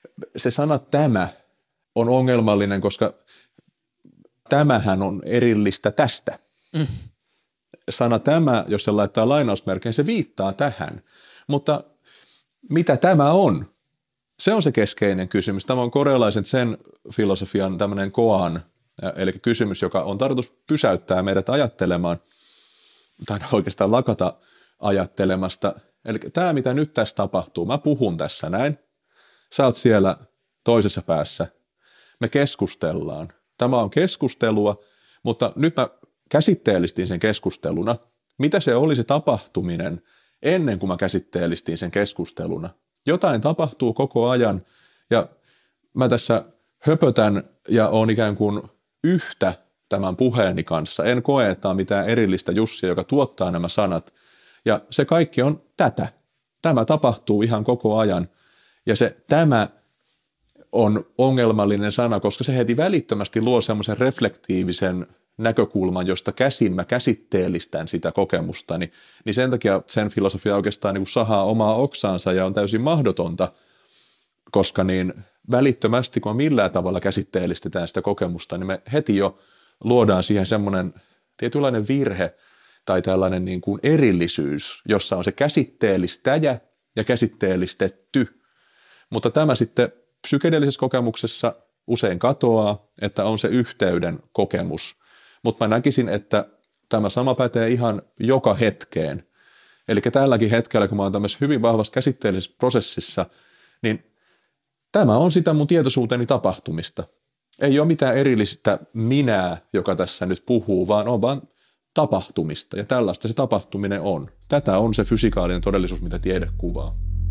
se sana tämä on ongelmallinen, koska tämähän on erillistä tästä. Mm. Sana tämä, jos se laittaa lainausmerkeen, se viittaa tähän. Mutta mitä tämä on? Se on se keskeinen kysymys. Tämä on korealaisen sen filosofian tämmöinen koan, eli kysymys, joka on tarkoitus pysäyttää meidät ajattelemaan, tai oikeastaan lakata ajattelemasta. Eli tämä, mitä nyt tässä tapahtuu, mä puhun tässä näin, sä oot siellä toisessa päässä, me keskustellaan. Tämä on keskustelua, mutta nyt mä käsitteellistin sen keskusteluna. Mitä se oli se tapahtuminen ennen kuin mä käsitteellistin sen keskusteluna? Jotain tapahtuu koko ajan ja mä tässä höpötän ja oon ikään kuin yhtä tämän puheeni kanssa. En koe, että on mitään erillistä Jussia, joka tuottaa nämä sanat. Ja se kaikki on tätä. Tämä tapahtuu ihan koko ajan. Ja se tämä on ongelmallinen sana, koska se heti välittömästi luo semmoisen reflektiivisen näkökulman, josta käsin mä käsitteellistän sitä kokemusta, niin, niin sen takia sen filosofia oikeastaan niin kuin sahaa omaa oksaansa ja on täysin mahdotonta, koska niin välittömästi, kun millään tavalla käsitteellistetään sitä kokemusta, niin me heti jo luodaan siihen semmoinen tietynlainen virhe tai tällainen niin kuin erillisyys, jossa on se käsitteellistäjä ja käsitteellistetty. Mutta tämä sitten psykedeellisessä kokemuksessa usein katoaa, että on se yhteyden kokemus. Mutta mä näkisin, että tämä sama pätee ihan joka hetkeen. Eli tälläkin hetkellä, kun mä oon tämmöisessä hyvin vahvassa käsitteellisessä prosessissa, niin tämä on sitä mun tietoisuuteni tapahtumista. Ei ole mitään erillistä minää, joka tässä nyt puhuu, vaan on vaan tapahtumista. Ja tällaista se tapahtuminen on. Tätä on se fysikaalinen todellisuus, mitä tiede kuvaa.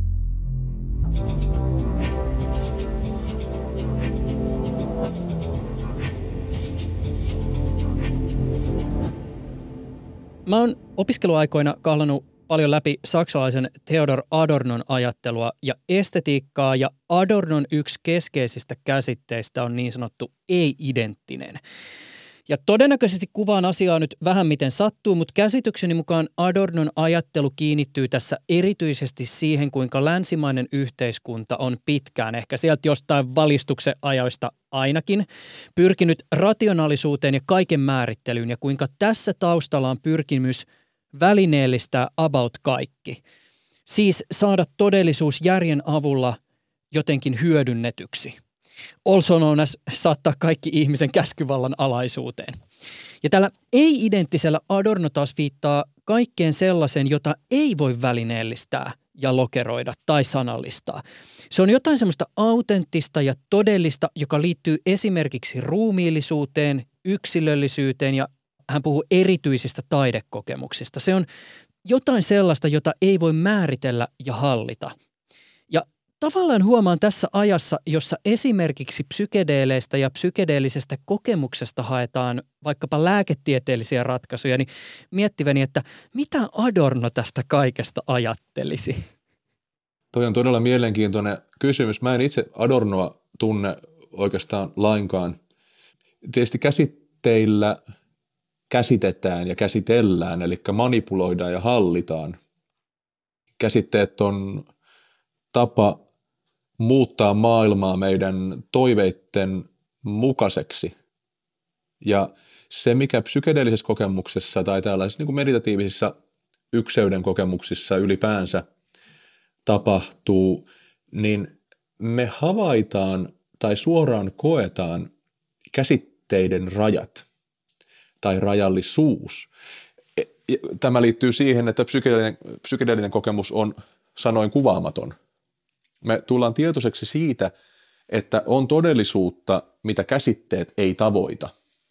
Mä oon opiskeluaikoina kahlannut paljon läpi saksalaisen Theodor Adornon ajattelua ja estetiikkaa, ja Adornon yksi keskeisistä käsitteistä on niin sanottu ei-identtinen. Ja todennäköisesti kuvaan asiaa nyt vähän miten sattuu, mutta käsitykseni mukaan Adornon ajattelu kiinnittyy tässä erityisesti siihen, kuinka länsimainen yhteiskunta on pitkään, ehkä sieltä jostain valistuksen ajoista ainakin, pyrkinyt rationaalisuuteen ja kaiken määrittelyyn, ja kuinka tässä taustalla on pyrkimys välineellistää about kaikki. Siis saada todellisuus järjen avulla jotenkin hyödynnetyksi. Also known as saattaa kaikki ihmisen käskyvallan alaisuuteen. Ja tällä ei-identtisellä Adorno taas viittaa kaikkeen sellaiseen, jota ei voi välineellistää ja lokeroida tai sanallistaa. Se on jotain semmoista autenttista ja todellista, joka liittyy esimerkiksi ruumiillisuuteen, yksilöllisyyteen, ja hän puhuu erityisistä taidekokemuksista. Se on jotain sellaista, jota ei voi määritellä ja hallita. Ja tavallaan huomaan tässä ajassa, jossa esimerkiksi psykedeeleistä ja psykedeellisestä kokemuksesta haetaan vaikkapa lääketieteellisiä ratkaisuja, niin miettiväni, että mitä Adorno tästä kaikesta ajattelisi? Toi on todella mielenkiintoinen kysymys. Mä en itse Adornoa tunne oikeastaan lainkaan. Tietysti käsitteillä käsitetään ja käsitellään, eli manipuloidaan ja hallitaan. Käsitteet on tapa muuttaa maailmaa meidän toiveitten mukaiseksi. Ja se, mikä psykedeellisessä kokemuksessa tai tällaisissa niin kuin meditatiivisissa ykseyden kokemuksissa ylipäänsä tapahtuu, niin me havaitaan tai suoraan koetaan käsitteiden rajat tai rajallisuus. Tämä liittyy siihen, että psykedeellinen, psykedeellinen kokemus on sanoin kuvaamaton. Me tullaan tietoiseksi siitä, että on todellisuutta, mitä käsitteet ei tavoita.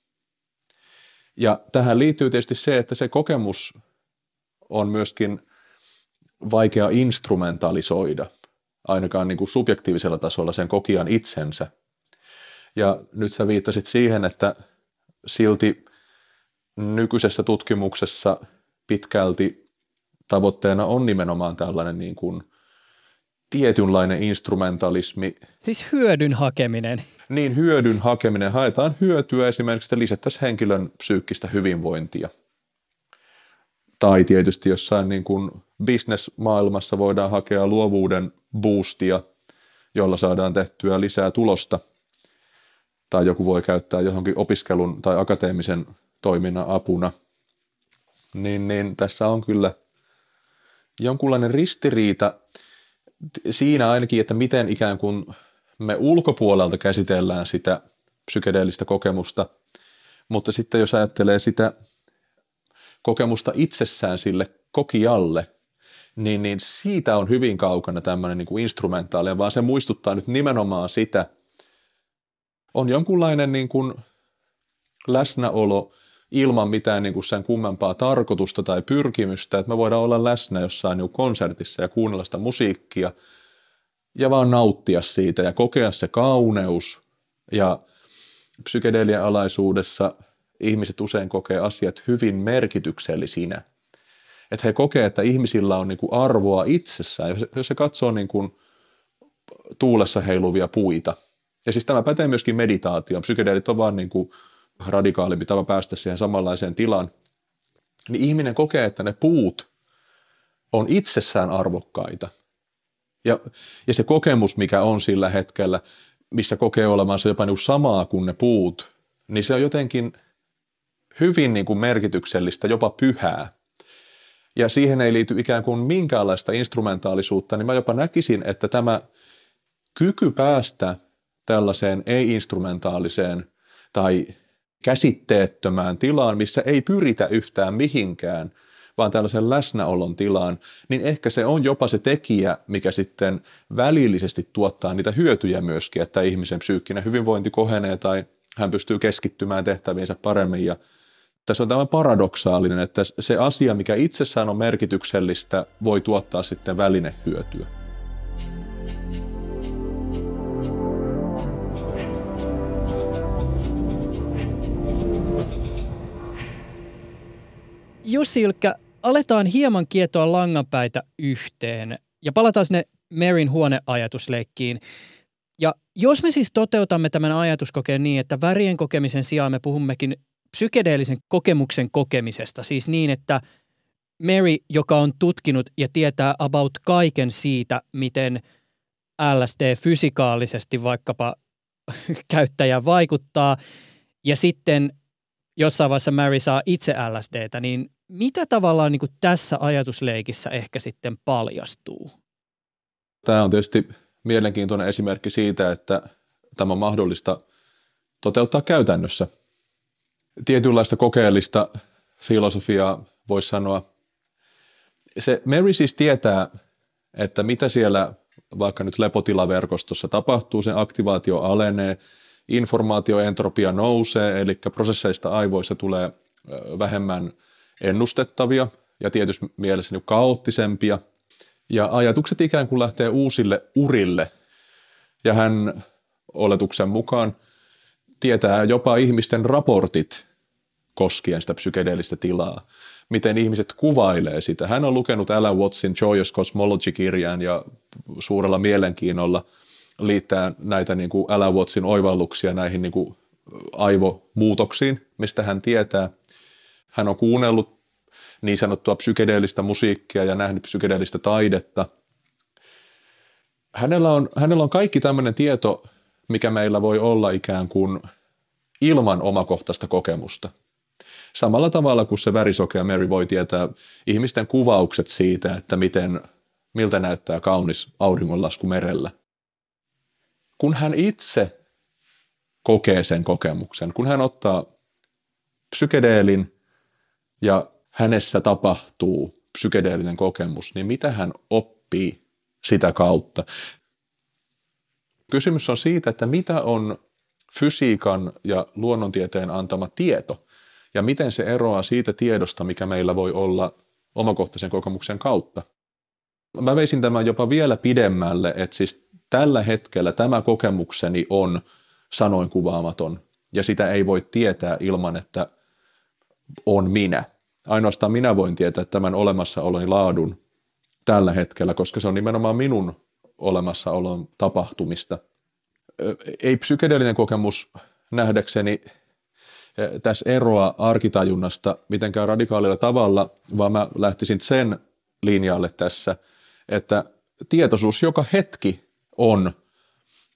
Ja tähän liittyy tietysti se, että se kokemus on myöskin vaikea instrumentalisoida, ainakaan niin kuin subjektiivisella tasolla sen kokijan itsensä. Ja nyt sä viittasit siihen, että silti nykyisessä tutkimuksessa pitkälti tavoitteena on nimenomaan tällainen niin kuin tietynlainen instrumentalismi. Siis hyödyn hakeminen. Niin, hyödyn hakeminen. Haetaan hyötyä esimerkiksi, että lisättäisiin henkilön psyykkistä hyvinvointia. Tai tietysti jossain niin kuin business-maailmassa voidaan hakea luovuuden boostia jolla saadaan tehtyä lisää tulosta, tai joku voi käyttää johonkin opiskelun tai akateemisen toiminnan apuna, niin, niin tässä on kyllä jonkunlainen ristiriita siinä ainakin, että miten ikään kuin me ulkopuolelta käsitellään sitä psykedeellistä kokemusta, mutta sitten jos ajattelee sitä kokemusta itsessään sille kokijalle, niin, niin siitä on hyvin kaukana tämmöinen niin kuin instrumentaali, vaan se muistuttaa nyt nimenomaan sitä, on jonkunlainen niin kuin läsnäolo ilman mitään niin kuin sen kummempaa tarkoitusta tai pyrkimystä, että me voidaan olla läsnä jossain niin kuin konsertissa ja kuunnella sitä musiikkia ja vaan nauttia siitä ja kokea se kauneus. Ja psykedeelien alaisuudessa ihmiset usein kokee asiat hyvin merkityksellisinä. Että he kokee, että ihmisillä on niin kuin arvoa itsessään, jos, jos se katsoo niin kuin tuulessa heiluvia puita. Ja siis tämä pätee myöskin meditaatioon. Psykedeelit on vaan niin kuin radikaalimpi tapa päästä siihen samanlaiseen tilaan. Niin ihminen kokee, että ne puut on itsessään arvokkaita. Ja, ja se kokemus, mikä on sillä hetkellä, missä kokee olevansa jopa niin kuin samaa kuin ne puut, niin se on jotenkin hyvin niin kuin merkityksellistä, jopa pyhää. Ja siihen ei liity ikään kuin minkäänlaista instrumentaalisuutta, niin mä jopa näkisin, että tämä kyky päästä tällaiseen ei-instrumentaaliseen tai käsitteettömään tilaan, missä ei pyritä yhtään mihinkään, vaan tällaisen läsnäolon tilaan, niin ehkä se on jopa se tekijä, mikä sitten välillisesti tuottaa niitä hyötyjä myöskin, että ihmisen psyykkinen hyvinvointi kohenee tai hän pystyy keskittymään tehtäviinsä paremmin. Ja tässä on tämä paradoksaalinen, että se asia, mikä itsessään on merkityksellistä, voi tuottaa sitten välinehyötyä. Jussi Ylkkä, aletaan hieman kietoa langanpäitä yhteen ja palataan sinne Maryn huoneajatusleikkiin. Ja jos me siis toteutamme tämän ajatuskokeen niin, että värien kokemisen sijaan me puhummekin psykedeellisen kokemuksen kokemisesta, siis niin, että Mary, joka on tutkinut ja tietää about kaiken siitä, miten L S D fysikaalisesti vaikkapa käyttäjään vaikuttaa, ja sitten jossain vaiheessa Mary saa itse L S D:tä, niin mitä tavallaan niin kuin tässä ajatusleikissä ehkä sitten paljastuu? Tämä on tietysti mielenkiintoinen esimerkki siitä, että tämä on mahdollista toteuttaa käytännössä. Tietynlaista kokeellista filosofiaa voisi sanoa. Se Mary siis tietää, että mitä siellä vaikka nyt lepotilaverkostossa tapahtuu, sen aktivaatio alenee, informaatioentropia nousee, eli prosesseista aivoissa tulee vähemmän ennustettavia ja tietysti mielessä kaoottisempia. Ja ajatukset ikään kuin lähtee uusille urille. Ja hän oletuksen mukaan tietää jopa ihmisten raportit koskien sitä psykedeellistä tilaa. Miten ihmiset kuvailee sitä. Hän on lukenut Alan Wattsin Joyous Cosmology-kirjan ja suurella mielenkiinnolla liittää näitä niin kuin Alan Wattsin oivalluksia näihin niin kuin aivomuutoksiin, mistä hän tietää. Hän on kuunnellut niin sanottua psykedeellistä musiikkia ja nähnyt psykedeellistä taidetta. Hänellä on, hänellä on kaikki tämmöinen tieto, mikä meillä voi olla ikään kuin ilman omakohtaista kokemusta. Samalla tavalla kuin se värisokea Mary voi tietää ihmisten kuvaukset siitä, että miten, miltä näyttää kaunis auringonlasku merellä. Kun hän itse kokee sen kokemuksen, kun hän ottaa psykedeelin ja hänessä tapahtuu psykedeellinen kokemus, niin mitä hän oppii sitä kautta? Kysymys on siitä, että mitä on fysiikan ja luonnontieteen antama tieto ja miten se eroaa siitä tiedosta, mikä meillä voi olla omakohtaisen kokemuksen kautta. Mä veisin tämän jopa vielä pidemmälle, että siis tällä hetkellä tämä kokemukseni on sanoin kuvaamaton ja sitä ei voi tietää ilman, että on minä. Ainoastaan minä voin tietää tämän olemassaoloni laadun tällä hetkellä, koska se on nimenomaan minun olemassaolon tapahtumista. Ei psykedeellinen kokemus nähdäkseni tässä eroa arkitajunnasta mitenkään radikaalilla tavalla, vaan mä lähtisin sen linjalle tässä, että tietoisuus joka hetki on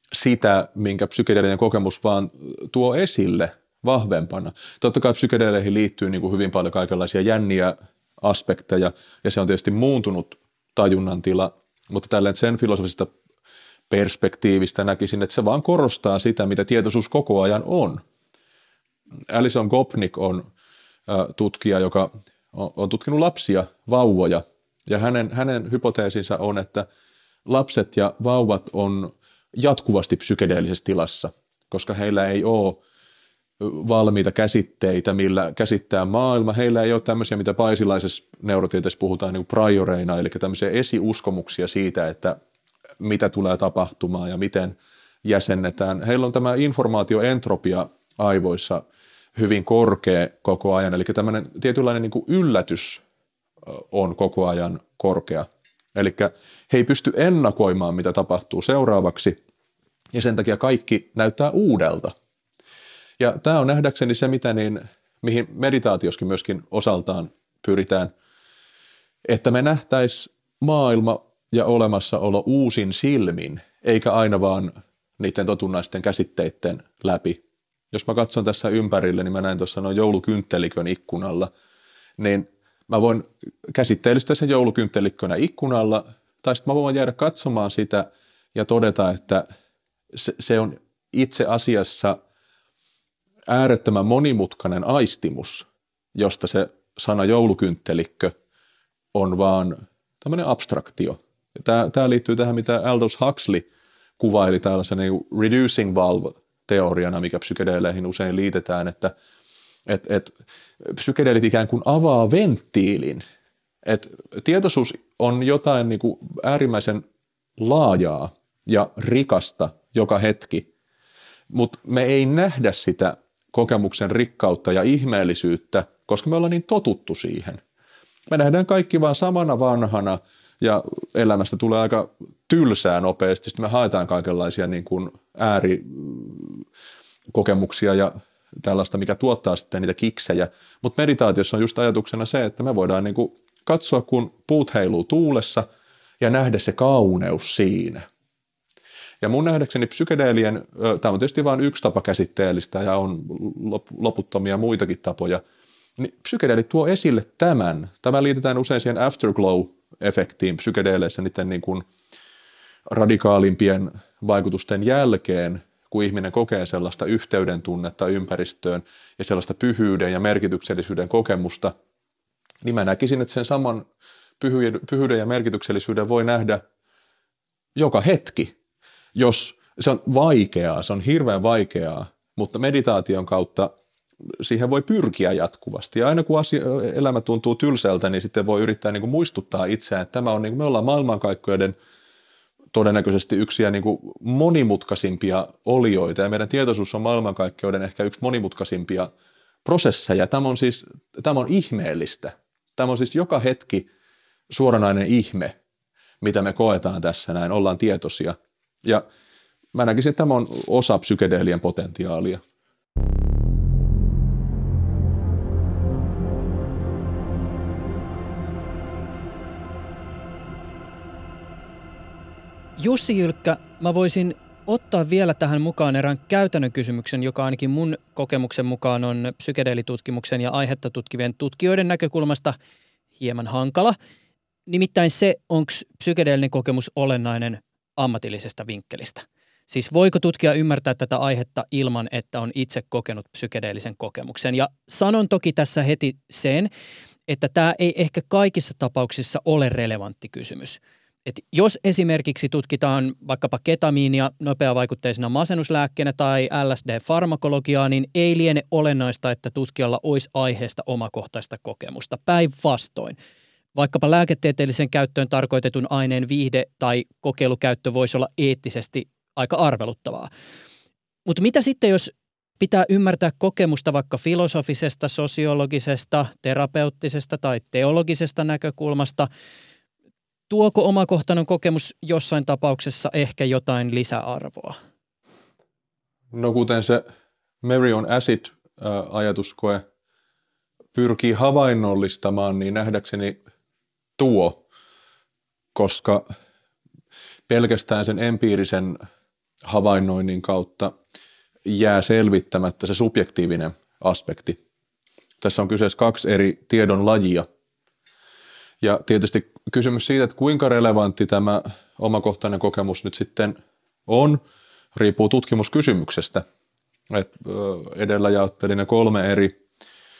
sitä, minkä psykedeelinen kokemus vaan tuo esille vahvempana. Totta kai psykedeeleihin liittyy niin kuin hyvin paljon kaikenlaisia jänniä aspekteja, ja se on tietysti muuntunut tajunnan tila, mutta tälleen sen filosofisesta perspektiivistä näkisin, että se vaan korostaa sitä, mitä tietoisuus koko ajan on. Alison Gopnik on tutkija, joka on tutkinut lapsia, vauvoja, ja hänen, hänen hypoteesinsa on, että lapset ja vauvat on jatkuvasti psykedeellisessä tilassa, koska heillä ei ole valmiita käsitteitä, millä käsittää maailma. Heillä ei ole tämmöisiä, mitä paisilaisessa neurotieteessä puhutaan niin kuin prioreina, eli tämmöisiä esiuskomuksia siitä, että mitä tulee tapahtumaan ja miten jäsennetään. Heillä on tämä informaatioentropia aivoissa hyvin korkea koko ajan, eli tämmöinen tietynlainen niin kuin yllätys on koko ajan korkea. Eli he ei pysty ennakoimaan, mitä tapahtuu seuraavaksi, ja sen takia kaikki näyttää uudelta. Ja tämä on nähdäkseni se, mitä niin, mihin meditaatioskin myöskin osaltaan pyritään, että me nähtäisiin maailma ja olemassaolo uusin silmin, eikä aina vaan niiden totunnaisten käsitteiden läpi. Jos mä katson tässä ympärille, niin mä näin tuossa noin joulukynttelikön ikkunalla, niin mä voin käsitteellistä sen joulukynttelikköä ikkunalla, tai sitten mä voin jäädä katsomaan sitä ja todeta, että se, se on itse asiassa äärettömän monimutkainen aistimus, josta se sana joulukynttelikkä on vaan tämmöinen abstraktio. Tämä, tämä liittyy tähän, mitä Aldous Huxley kuvaili tällaisen niin reducing valve-teoriana, mikä psykedeeleihin usein liitetään, että et, et, psykedeelit ikään kuin avaa venttiilin. Et tietoisuus on jotain niin kuin äärimmäisen laajaa ja rikasta joka hetki, mutta me ei nähdä sitä kokemuksen rikkautta ja ihmeellisyyttä, koska me ollaan niin totuttu siihen. Me nähdään kaikki vaan samana vanhana ja elämästä tulee aika tylsää nopeasti. Sitten me haetaan kaikenlaisia niin kuin äärikokemuksia ja tällaista, mikä tuottaa sitten niitä kiksejä. Mutta meditaatiossa on just ajatuksena se, että me voidaan niin kuin katsoa, kun puut heiluu tuulessa ja nähdä se kauneus siinä. Ja mun nähdäkseni psykedeelien, tämä on tietysti vain yksi tapa käsitteellistä ja on loputtomia muitakin tapoja, niin psykedeelit tuo esille tämän. Tämä liitetään usein siihen afterglow-efektiin psykedeeleissä niiden niin kuin radikaalimpien vaikutusten jälkeen, kun ihminen kokee sellaista yhteyden tunnetta ympäristöön ja sellaista pyhyyden ja merkityksellisyyden kokemusta, niin mä näkisin, että sen saman pyhyyden ja merkityksellisyyden voi nähdä joka hetki. Jos se on vaikeaa, se on hirveän vaikeaa, mutta meditaation kautta siihen voi pyrkiä jatkuvasti. Ja aina kun asia, elämä tuntuu tylsältä, niin sitten voi yrittää niin kuin muistuttaa itseään, että tämä on, niin kuin me ollaan maailmankaikkeuden todennäköisesti yksiä niin kuin monimutkaisimpia olioita, ja meidän tietoisuus on maailmankaikkeuden ehkä yksi monimutkaisimpia prosesseja. Tämä on siis, tämä on ihmeellistä. Tämä on siis joka hetki suoranainen ihme, mitä me koetaan tässä näin, ollaan tietoisia. Ja mä näkisin, että tämä on osa psykedeelien potentiaalia. Jussi Jylkkä, mä voisin ottaa vielä tähän mukaan erään käytännön kysymyksen, joka ainakin mun kokemuksen mukaan on psykedeelitutkimuksen ja aihetta tutkivien tutkijoiden näkökulmasta hieman hankala. Nimittäin se, onko psykedeellinen kokemus olennainen ammatillisesta vinkkelistä. Siis voiko tutkija ymmärtää tätä aihetta ilman, että on itse kokenut psykedeellisen kokemuksen? Ja sanon toki tässä heti sen, että tämä ei ehkä kaikissa tapauksissa ole relevantti kysymys. Et jos esimerkiksi tutkitaan vaikkapa ketamiinia nopeavaikutteisena masennuslääkkeenä tai L S D-farmakologiaa, niin ei liene olennaista, että tutkijalla olisi aiheesta omakohtaista kokemusta. Päinvastoin. Vaikkapa lääketieteelliseen käyttöön tarkoitetun aineen viihde- tai kokeilukäyttö voisi olla eettisesti aika arveluttavaa. Mutta mitä sitten, jos pitää ymmärtää kokemusta vaikka filosofisesta, sosiologisesta, terapeuttisesta tai teologisesta näkökulmasta? Tuoko omakohtainen kokemus jossain tapauksessa ehkä jotain lisäarvoa? No kuten se Mary on Acid-ajatuskoe pyrkii havainnollistamaan, niin nähdäkseni tuo, koska pelkästään sen empiirisen havainnoinnin kautta jää selvittämättä se subjektiivinen aspekti. Tässä on kyseessä kaksi eri tiedon lajia. Ja tietysti kysymys siitä, että kuinka relevantti tämä omakohtainen kokemus nyt sitten on, riippuu tutkimuskysymyksestä. Et edellä jaottelin ne kolme eri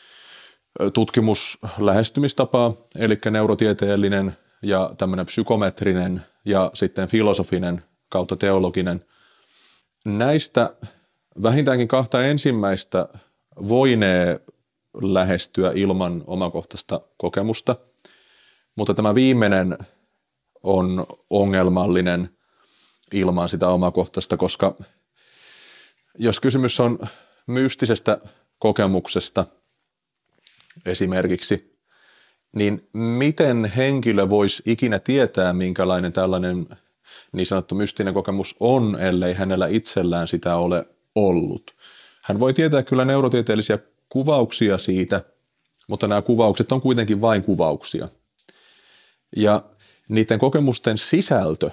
tutkimuslähestymistapaa, eli neurotieteellinen ja tämmöinen psykometrinen ja sitten filosofinen kautta teologinen. Näistä vähintäänkin kahta ensimmäistä voinee lähestyä ilman omakohtaista kokemusta, mutta tämä viimeinen on ongelmallinen ilman sitä omakohtaista, koska jos kysymys on mystisestä kokemuksesta esimerkiksi, niin miten henkilö voisi ikinä tietää, minkälainen tällainen niin sanottu mystinen kokemus on, ellei hänellä itsellään sitä ole ollut. Hän voi tietää kyllä neurotieteellisiä kuvauksia siitä, mutta nämä kuvaukset on kuitenkin vain kuvauksia. Ja niiden kokemusten sisältö,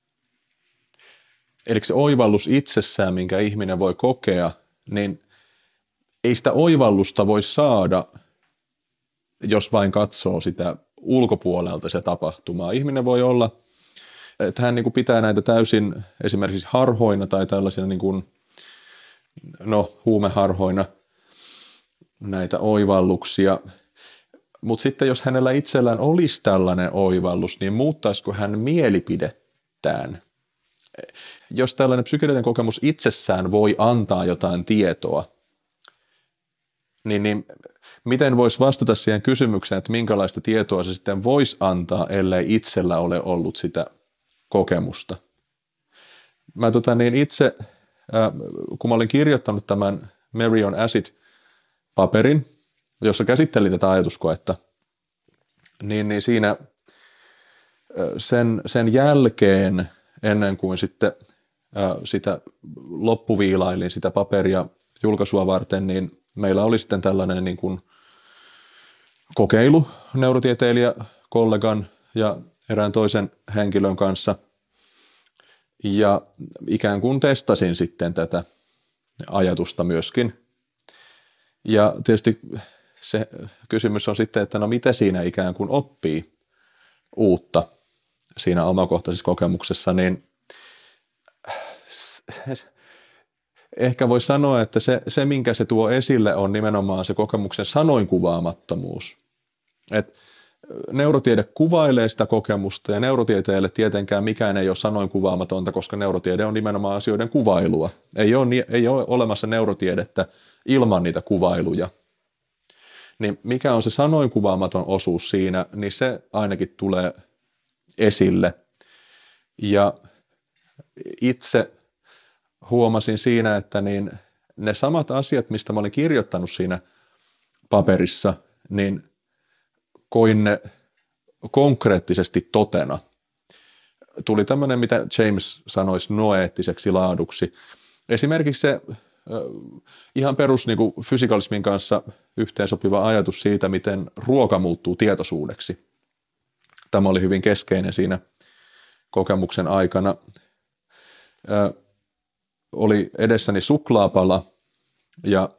eli se oivallus itsessään, minkä ihminen voi kokea, niin ei sitä oivallusta voi saada, jos vain katsoo sitä ulkopuolelta se tapahtumaa. Ihminen voi olla, että hän niin kuin pitää näitä täysin esimerkiksi harhoina tai tällaisina niin kuin, no, huumeharhoina näitä oivalluksia. Mutta sitten jos hänellä itsellään olisi tällainen oivallus, niin muuttaisiko hän mielipidettään? Jos tällainen psykedeellinen kokemus itsessään voi antaa jotain tietoa, niin, niin miten voisi vastata siihen kysymykseen, että minkälaista tietoa se sitten voisi antaa, ellei itsellä ole ollut sitä kokemusta? Mä tota, niin itse, äh, kun mä olin kirjoittanut tämän Mary on Acid-paperin, jossa käsittelin tätä ajatuskoetta, niin, niin siinä äh, sen, sen jälkeen, ennen kuin sitten äh, sitä loppuviilailin sitä paperia julkaisua varten, niin meillä oli sitten tällainen niin kuin kokeilu neurotieteilijä kollegan ja erään toisen henkilön kanssa, ja ikään kuin testasin sitten tätä ajatusta myöskin. Ja tietysti se kysymys on sitten, että no mitä siinä ikään kuin oppii uutta siinä omakohtaisessa kokemuksessa, niin ehkä voi sanoa, että se, se, minkä se tuo esille, on nimenomaan se kokemuksen sanoinkuvaamattomuus. Et neurotiede kuvailee sitä kokemusta, ja neurotieteelle tietenkään mikään ei ole sanoinkuvaamatonta, koska neurotiede on nimenomaan asioiden kuvailua. Ei ole, ei ole olemassa neurotiedettä ilman niitä kuvailuja. Niin mikä on se sanoinkuvaamaton osuus siinä, niin se ainakin tulee esille. Ja itse huomasin siinä, että niin ne samat asiat, mistä mä olin kirjoittanut siinä paperissa, niin koin ne konkreettisesti totena. Tuli tämmöinen, mitä James sanoisi noeettiseksi laaduksi. Esimerkiksi se äh, ihan perus niin kuin fysikalismin kanssa yhteensopiva ajatus siitä, miten ruoka muuttuu tietoisuudeksi. Tämä oli hyvin keskeinen siinä kokemuksen aikana. Äh, oli edessäni suklaapala ja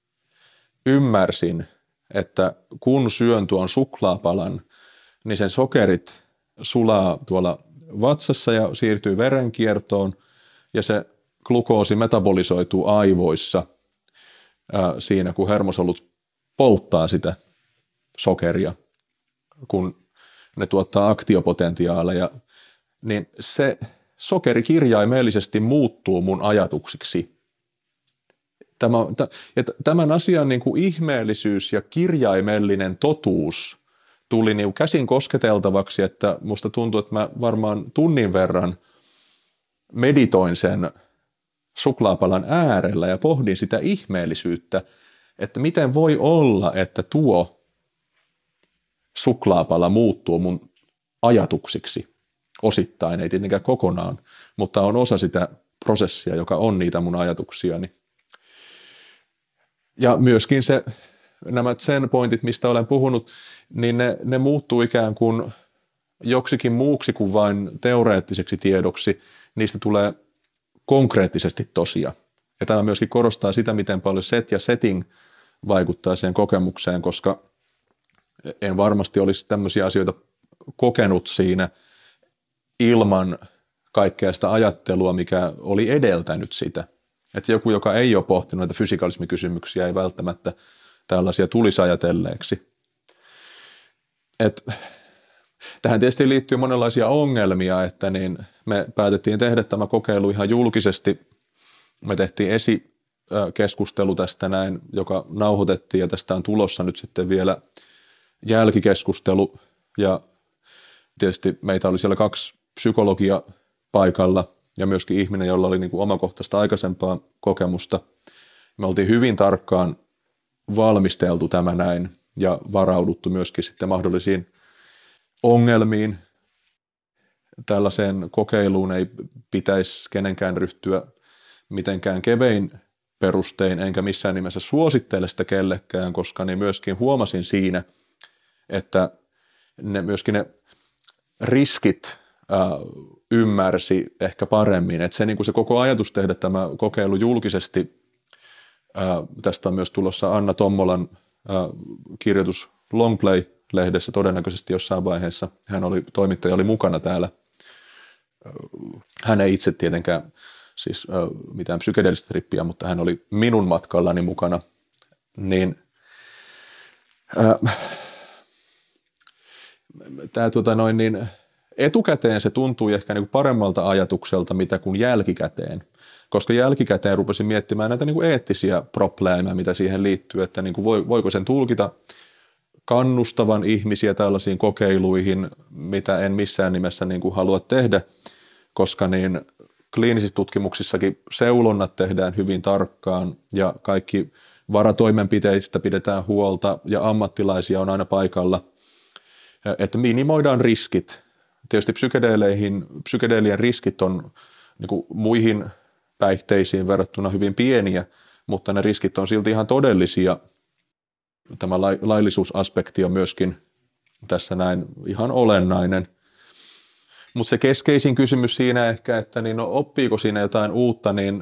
ymmärsin, että kun syön tuon suklaapalan, niin sen sokerit sulaa tuolla vatsassa ja siirtyy verenkiertoon, ja se glukoosi metabolisoituu aivoissa ää, siinä, kun hermosolut polttaa sitä sokeria, kun ne tuottaa aktiopotentiaaleja, niin se sokeri kirjaimellisesti muuttuu mun ajatuksiksi. Tämä, tämän asian niin kuin ihmeellisyys ja kirjaimellinen totuus tuli niin käsin kosketeltavaksi, että musta tuntuu, että mä varmaan tunnin verran meditoin sen suklaapalan äärellä ja pohdin sitä ihmeellisyyttä, että miten voi olla, että tuo suklaapala muuttuu mun ajatuksiksi osittain, ei tietenkään kokonaan, mutta on osa sitä prosessia, joka on niitä mun ajatuksiani. Ja myöskin se, nämä zen-pointit, mistä olen puhunut, niin ne, ne muuttuu ikään kuin joksikin muuksi kuin vain teoreettiseksi tiedoksi. Niistä tulee konkreettisesti tosia. Ja tämä myöskin korostaa sitä, miten paljon set ja setting vaikuttaa siihen kokemukseen, koska en varmasti olisi tämmöisiä asioita kokenut siinä ilman kaikkea sitä ajattelua, mikä oli edeltänyt sitä. Että joku, joka ei ole pohtinut näitä fysikalismikysymyksiä, ei välttämättä tällaisia tulisi ajatelleeksi. Et, tähän tietysti liittyy monenlaisia ongelmia, että niin me päätettiin tehdä tämä kokeilu ihan julkisesti. Me tehtiin esikeskustelu tästä näin, joka nauhoitettiin, ja tästä on tulossa nyt sitten vielä jälkikeskustelu, ja tietysti meitä oli siellä kaksi psykologia paikalla, ja myöskin ihminen, jolla oli niin kuin omakohtaista aikaisempaa kokemusta. Me oltiin hyvin tarkkaan valmisteltu tämä näin, ja varauduttu myöskin sitten mahdollisiin ongelmiin. Tällaiseen kokeiluun ei pitäisi kenenkään ryhtyä mitenkään kevein perustein, enkä missään nimessä suosittele sitä kellekään, koska niin myöskin huomasin siinä, että ne, myöskin ne riskit äh, ymmärsi ehkä paremmin. Että se, niin kuin se koko ajatus tehdä tämä kokeilu julkisesti, äh, tästä on myös tulossa Anna Tommolan äh, kirjoitus Longplay-lehdessä todennäköisesti jossain vaiheessa. Hän oli, toimittaja oli mukana täällä. Hän ei itse tietenkään siis äh, mitään psykedeellistä trippiä, mutta hän oli minun matkallani mukana. Niin, äh, tää, tota noin, niin, etukäteen se tuntui ehkä niin kuin paremmalta ajatukselta, mitä kuin jälkikäteen. Koska jälkikäteen rupesin miettimään näitä niin kuin eettisiä probleemeja, mitä siihen liittyy, että niin kuin voi, voiko sen tulkita kannustavan ihmisiä tällaisiin kokeiluihin, mitä en missään nimessä niin kuin halua tehdä, koska niin kliinisissä tutkimuksissakin seulonnat tehdään hyvin tarkkaan ja kaikki varatoimenpiteistä pidetään huolta ja ammattilaisia on aina paikalla, että minimoidaan riskit. Tietysti psykedeeleihin, psykedeelien riskit on niin kuin muihin päihteisiin verrattuna hyvin pieniä, mutta ne riskit on silti ihan todellisia. Tämä laillisuusaspekti on myöskin tässä näin ihan olennainen. Mutta se keskeisin kysymys siinä ehkä, että niin no, oppiiko siinä jotain uutta, niin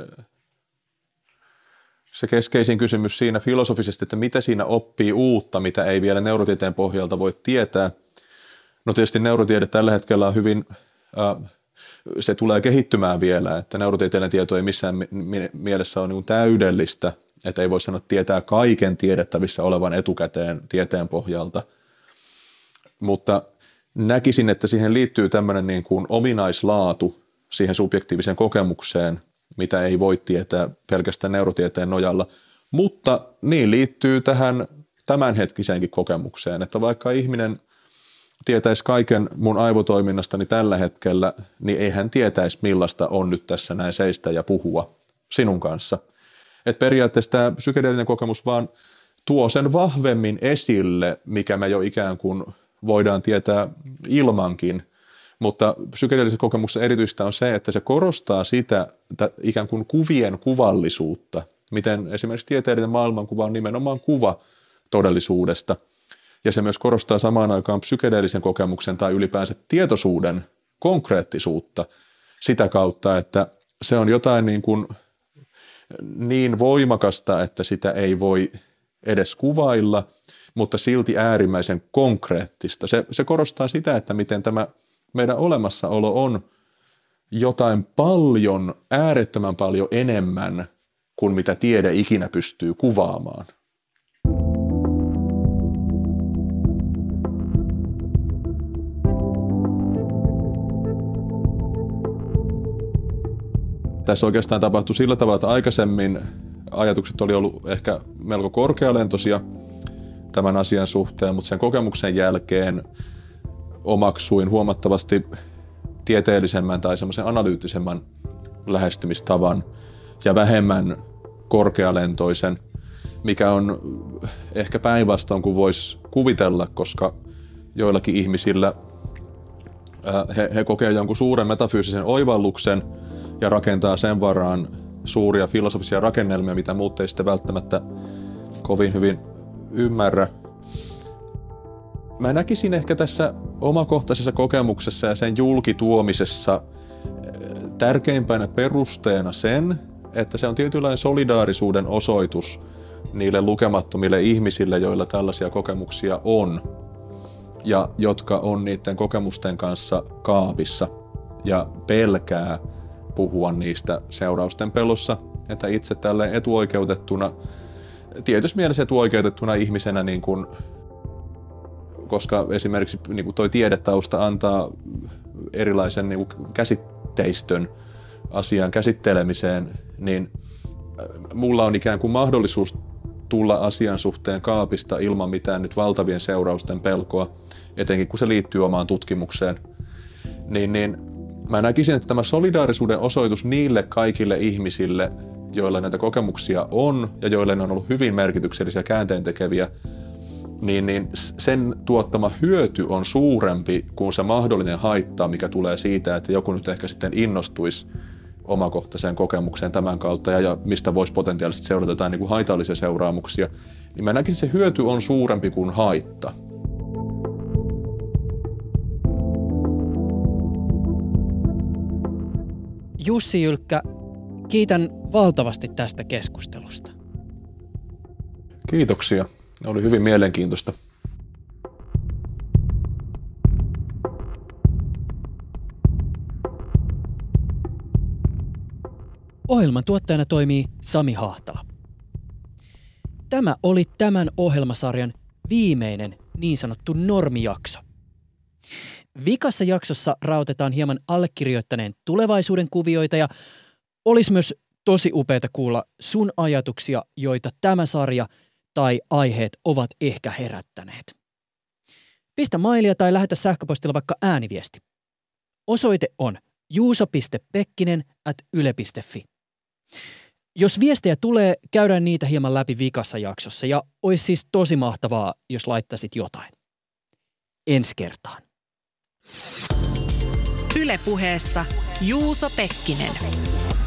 se keskeisin kysymys siinä filosofisesti, että mitä siinä oppii uutta, mitä ei vielä neurotieteen pohjalta voi tietää. No tietysti neurotiede tällä hetkellä on hyvin, äh, se tulee kehittymään vielä, että neurotieteellinen tieto ei missään mielessä ole niin kuin täydellistä, että ei voi sanoa tietää kaiken tiedettävissä olevan etukäteen tieteen pohjalta, mutta näkisin, että siihen liittyy tämmöinen niin kuin ominaislaatu siihen subjektiiviseen kokemukseen, mitä ei voi tietää pelkästään neurotieteen nojalla, mutta niin liittyy tähän tämänhetkiseenkin kokemukseen, että vaikka ihminen tietäisi kaiken mun aivotoiminnastani tällä hetkellä, niin ei hän tietäisi millaista on nyt tässä näin seistä ja puhua sinun kanssa. Että periaatteessa tämä psykedeellinen kokemus vaan tuo sen vahvemmin esille, mikä me jo ikään kuin voidaan tietää ilmankin, mutta psykedeellisessä kokemuksessa erityistä on se, että se korostaa sitä ikään kuin kuvien kuvallisuutta, miten esimerkiksi tieteellinen maailmankuva on nimenomaan kuva todellisuudesta, ja se myös korostaa samaan aikaan psykedeellisen kokemuksen tai ylipäänsä tietoisuuden konkreettisuutta sitä kautta, että se on jotain niin kuin niin voimakasta, että sitä ei voi edes kuvailla, mutta silti äärimmäisen konkreettista. Se, se korostaa sitä, että miten tämä meidän olemassaolo on jotain paljon, äärettömän paljon enemmän kuin mitä tiede ikinä pystyy kuvaamaan. Tässä oikeastaan tapahtui sillä tavalla, että aikaisemmin ajatukset oli ollut ehkä melko korkealentoisia tämän asian suhteen, mutta sen kokemuksen jälkeen omaksuin huomattavasti tieteellisemmän tai semmoisen analyyttisemman lähestymistavan ja vähemmän korkealentoisen, mikä on ehkä päinvastoin kuin voisi kuvitella, koska joillakin ihmisillä he, he kokee jonkun suuren metafyysisen oivalluksen ja rakentaa sen varaan suuria filosofisia rakennelmia, mitä muut ei sitten välttämättä kovin hyvin ymmärrä. Mä näkisin ehkä tässä omakohtaisessa kokemuksessa ja sen julkituomisessa tärkeimpänä perusteena sen, että se on tietynlainen solidaarisuuden osoitus niille lukemattomille ihmisille, joilla tällaisia kokemuksia on ja jotka on niiden kokemusten kanssa kaapissa ja pelkää puhua niistä seurausten pelossa, että itse tälleen etuoikeutettuna, tietyssä mielessä etuoikeutettuna ihmisenä, niin kuin, koska esimerkiksi niin kuin toi tiedetausta antaa erilaisen niin kuin käsitteistön asian käsittelemiseen, niin mulla on ikään kuin mahdollisuus tulla asian suhteen kaapista ilman mitään nyt valtavien seurausten pelkoa, etenkin kun se liittyy omaan tutkimukseen. Niin, niin mä näkisin, että tämä solidaarisuuden osoitus niille kaikille ihmisille, joilla näitä kokemuksia on ja joille ne on ollut hyvin merkityksellisiä käänteentekeviä, niin, niin sen tuottama hyöty on suurempi kuin se mahdollinen haitta, mikä tulee siitä, että joku nyt ehkä sitten innostuisi omakohtaiseen kokemukseen tämän kautta ja, ja mistä voisi potentiaalisesti seurata jotain niin kuin haitallisia seuraamuksia, niin mä näkisin, että se hyöty on suurempi kuin haitta. Jussi Jylkkä, kiitän valtavasti tästä keskustelusta. Kiitoksia. Oli hyvin mielenkiintoista. Ohjelman tuottajana toimii Sami Hahtala. Tämä oli tämän ohjelmasarjan viimeinen niin sanottu normijakso. Vikassa jaksossa rautetaan hieman allekirjoittaneen tulevaisuuden kuvioita ja olisi myös tosi upeata kuulla sun ajatuksia, joita tämä sarja tai aiheet ovat ehkä herättäneet. Pistä mailia tai lähetä sähköpostilla vaikka ääniviesti. Osoite on juuso piste pekkinen ät yle piste fi. Jos viestejä tulee, käydään niitä hieman läpi vikassa jaksossa ja olisi siis tosi mahtavaa, jos laittaisit jotain. Ensi kertaan. Yle Puheessa Juuso Pekkinen.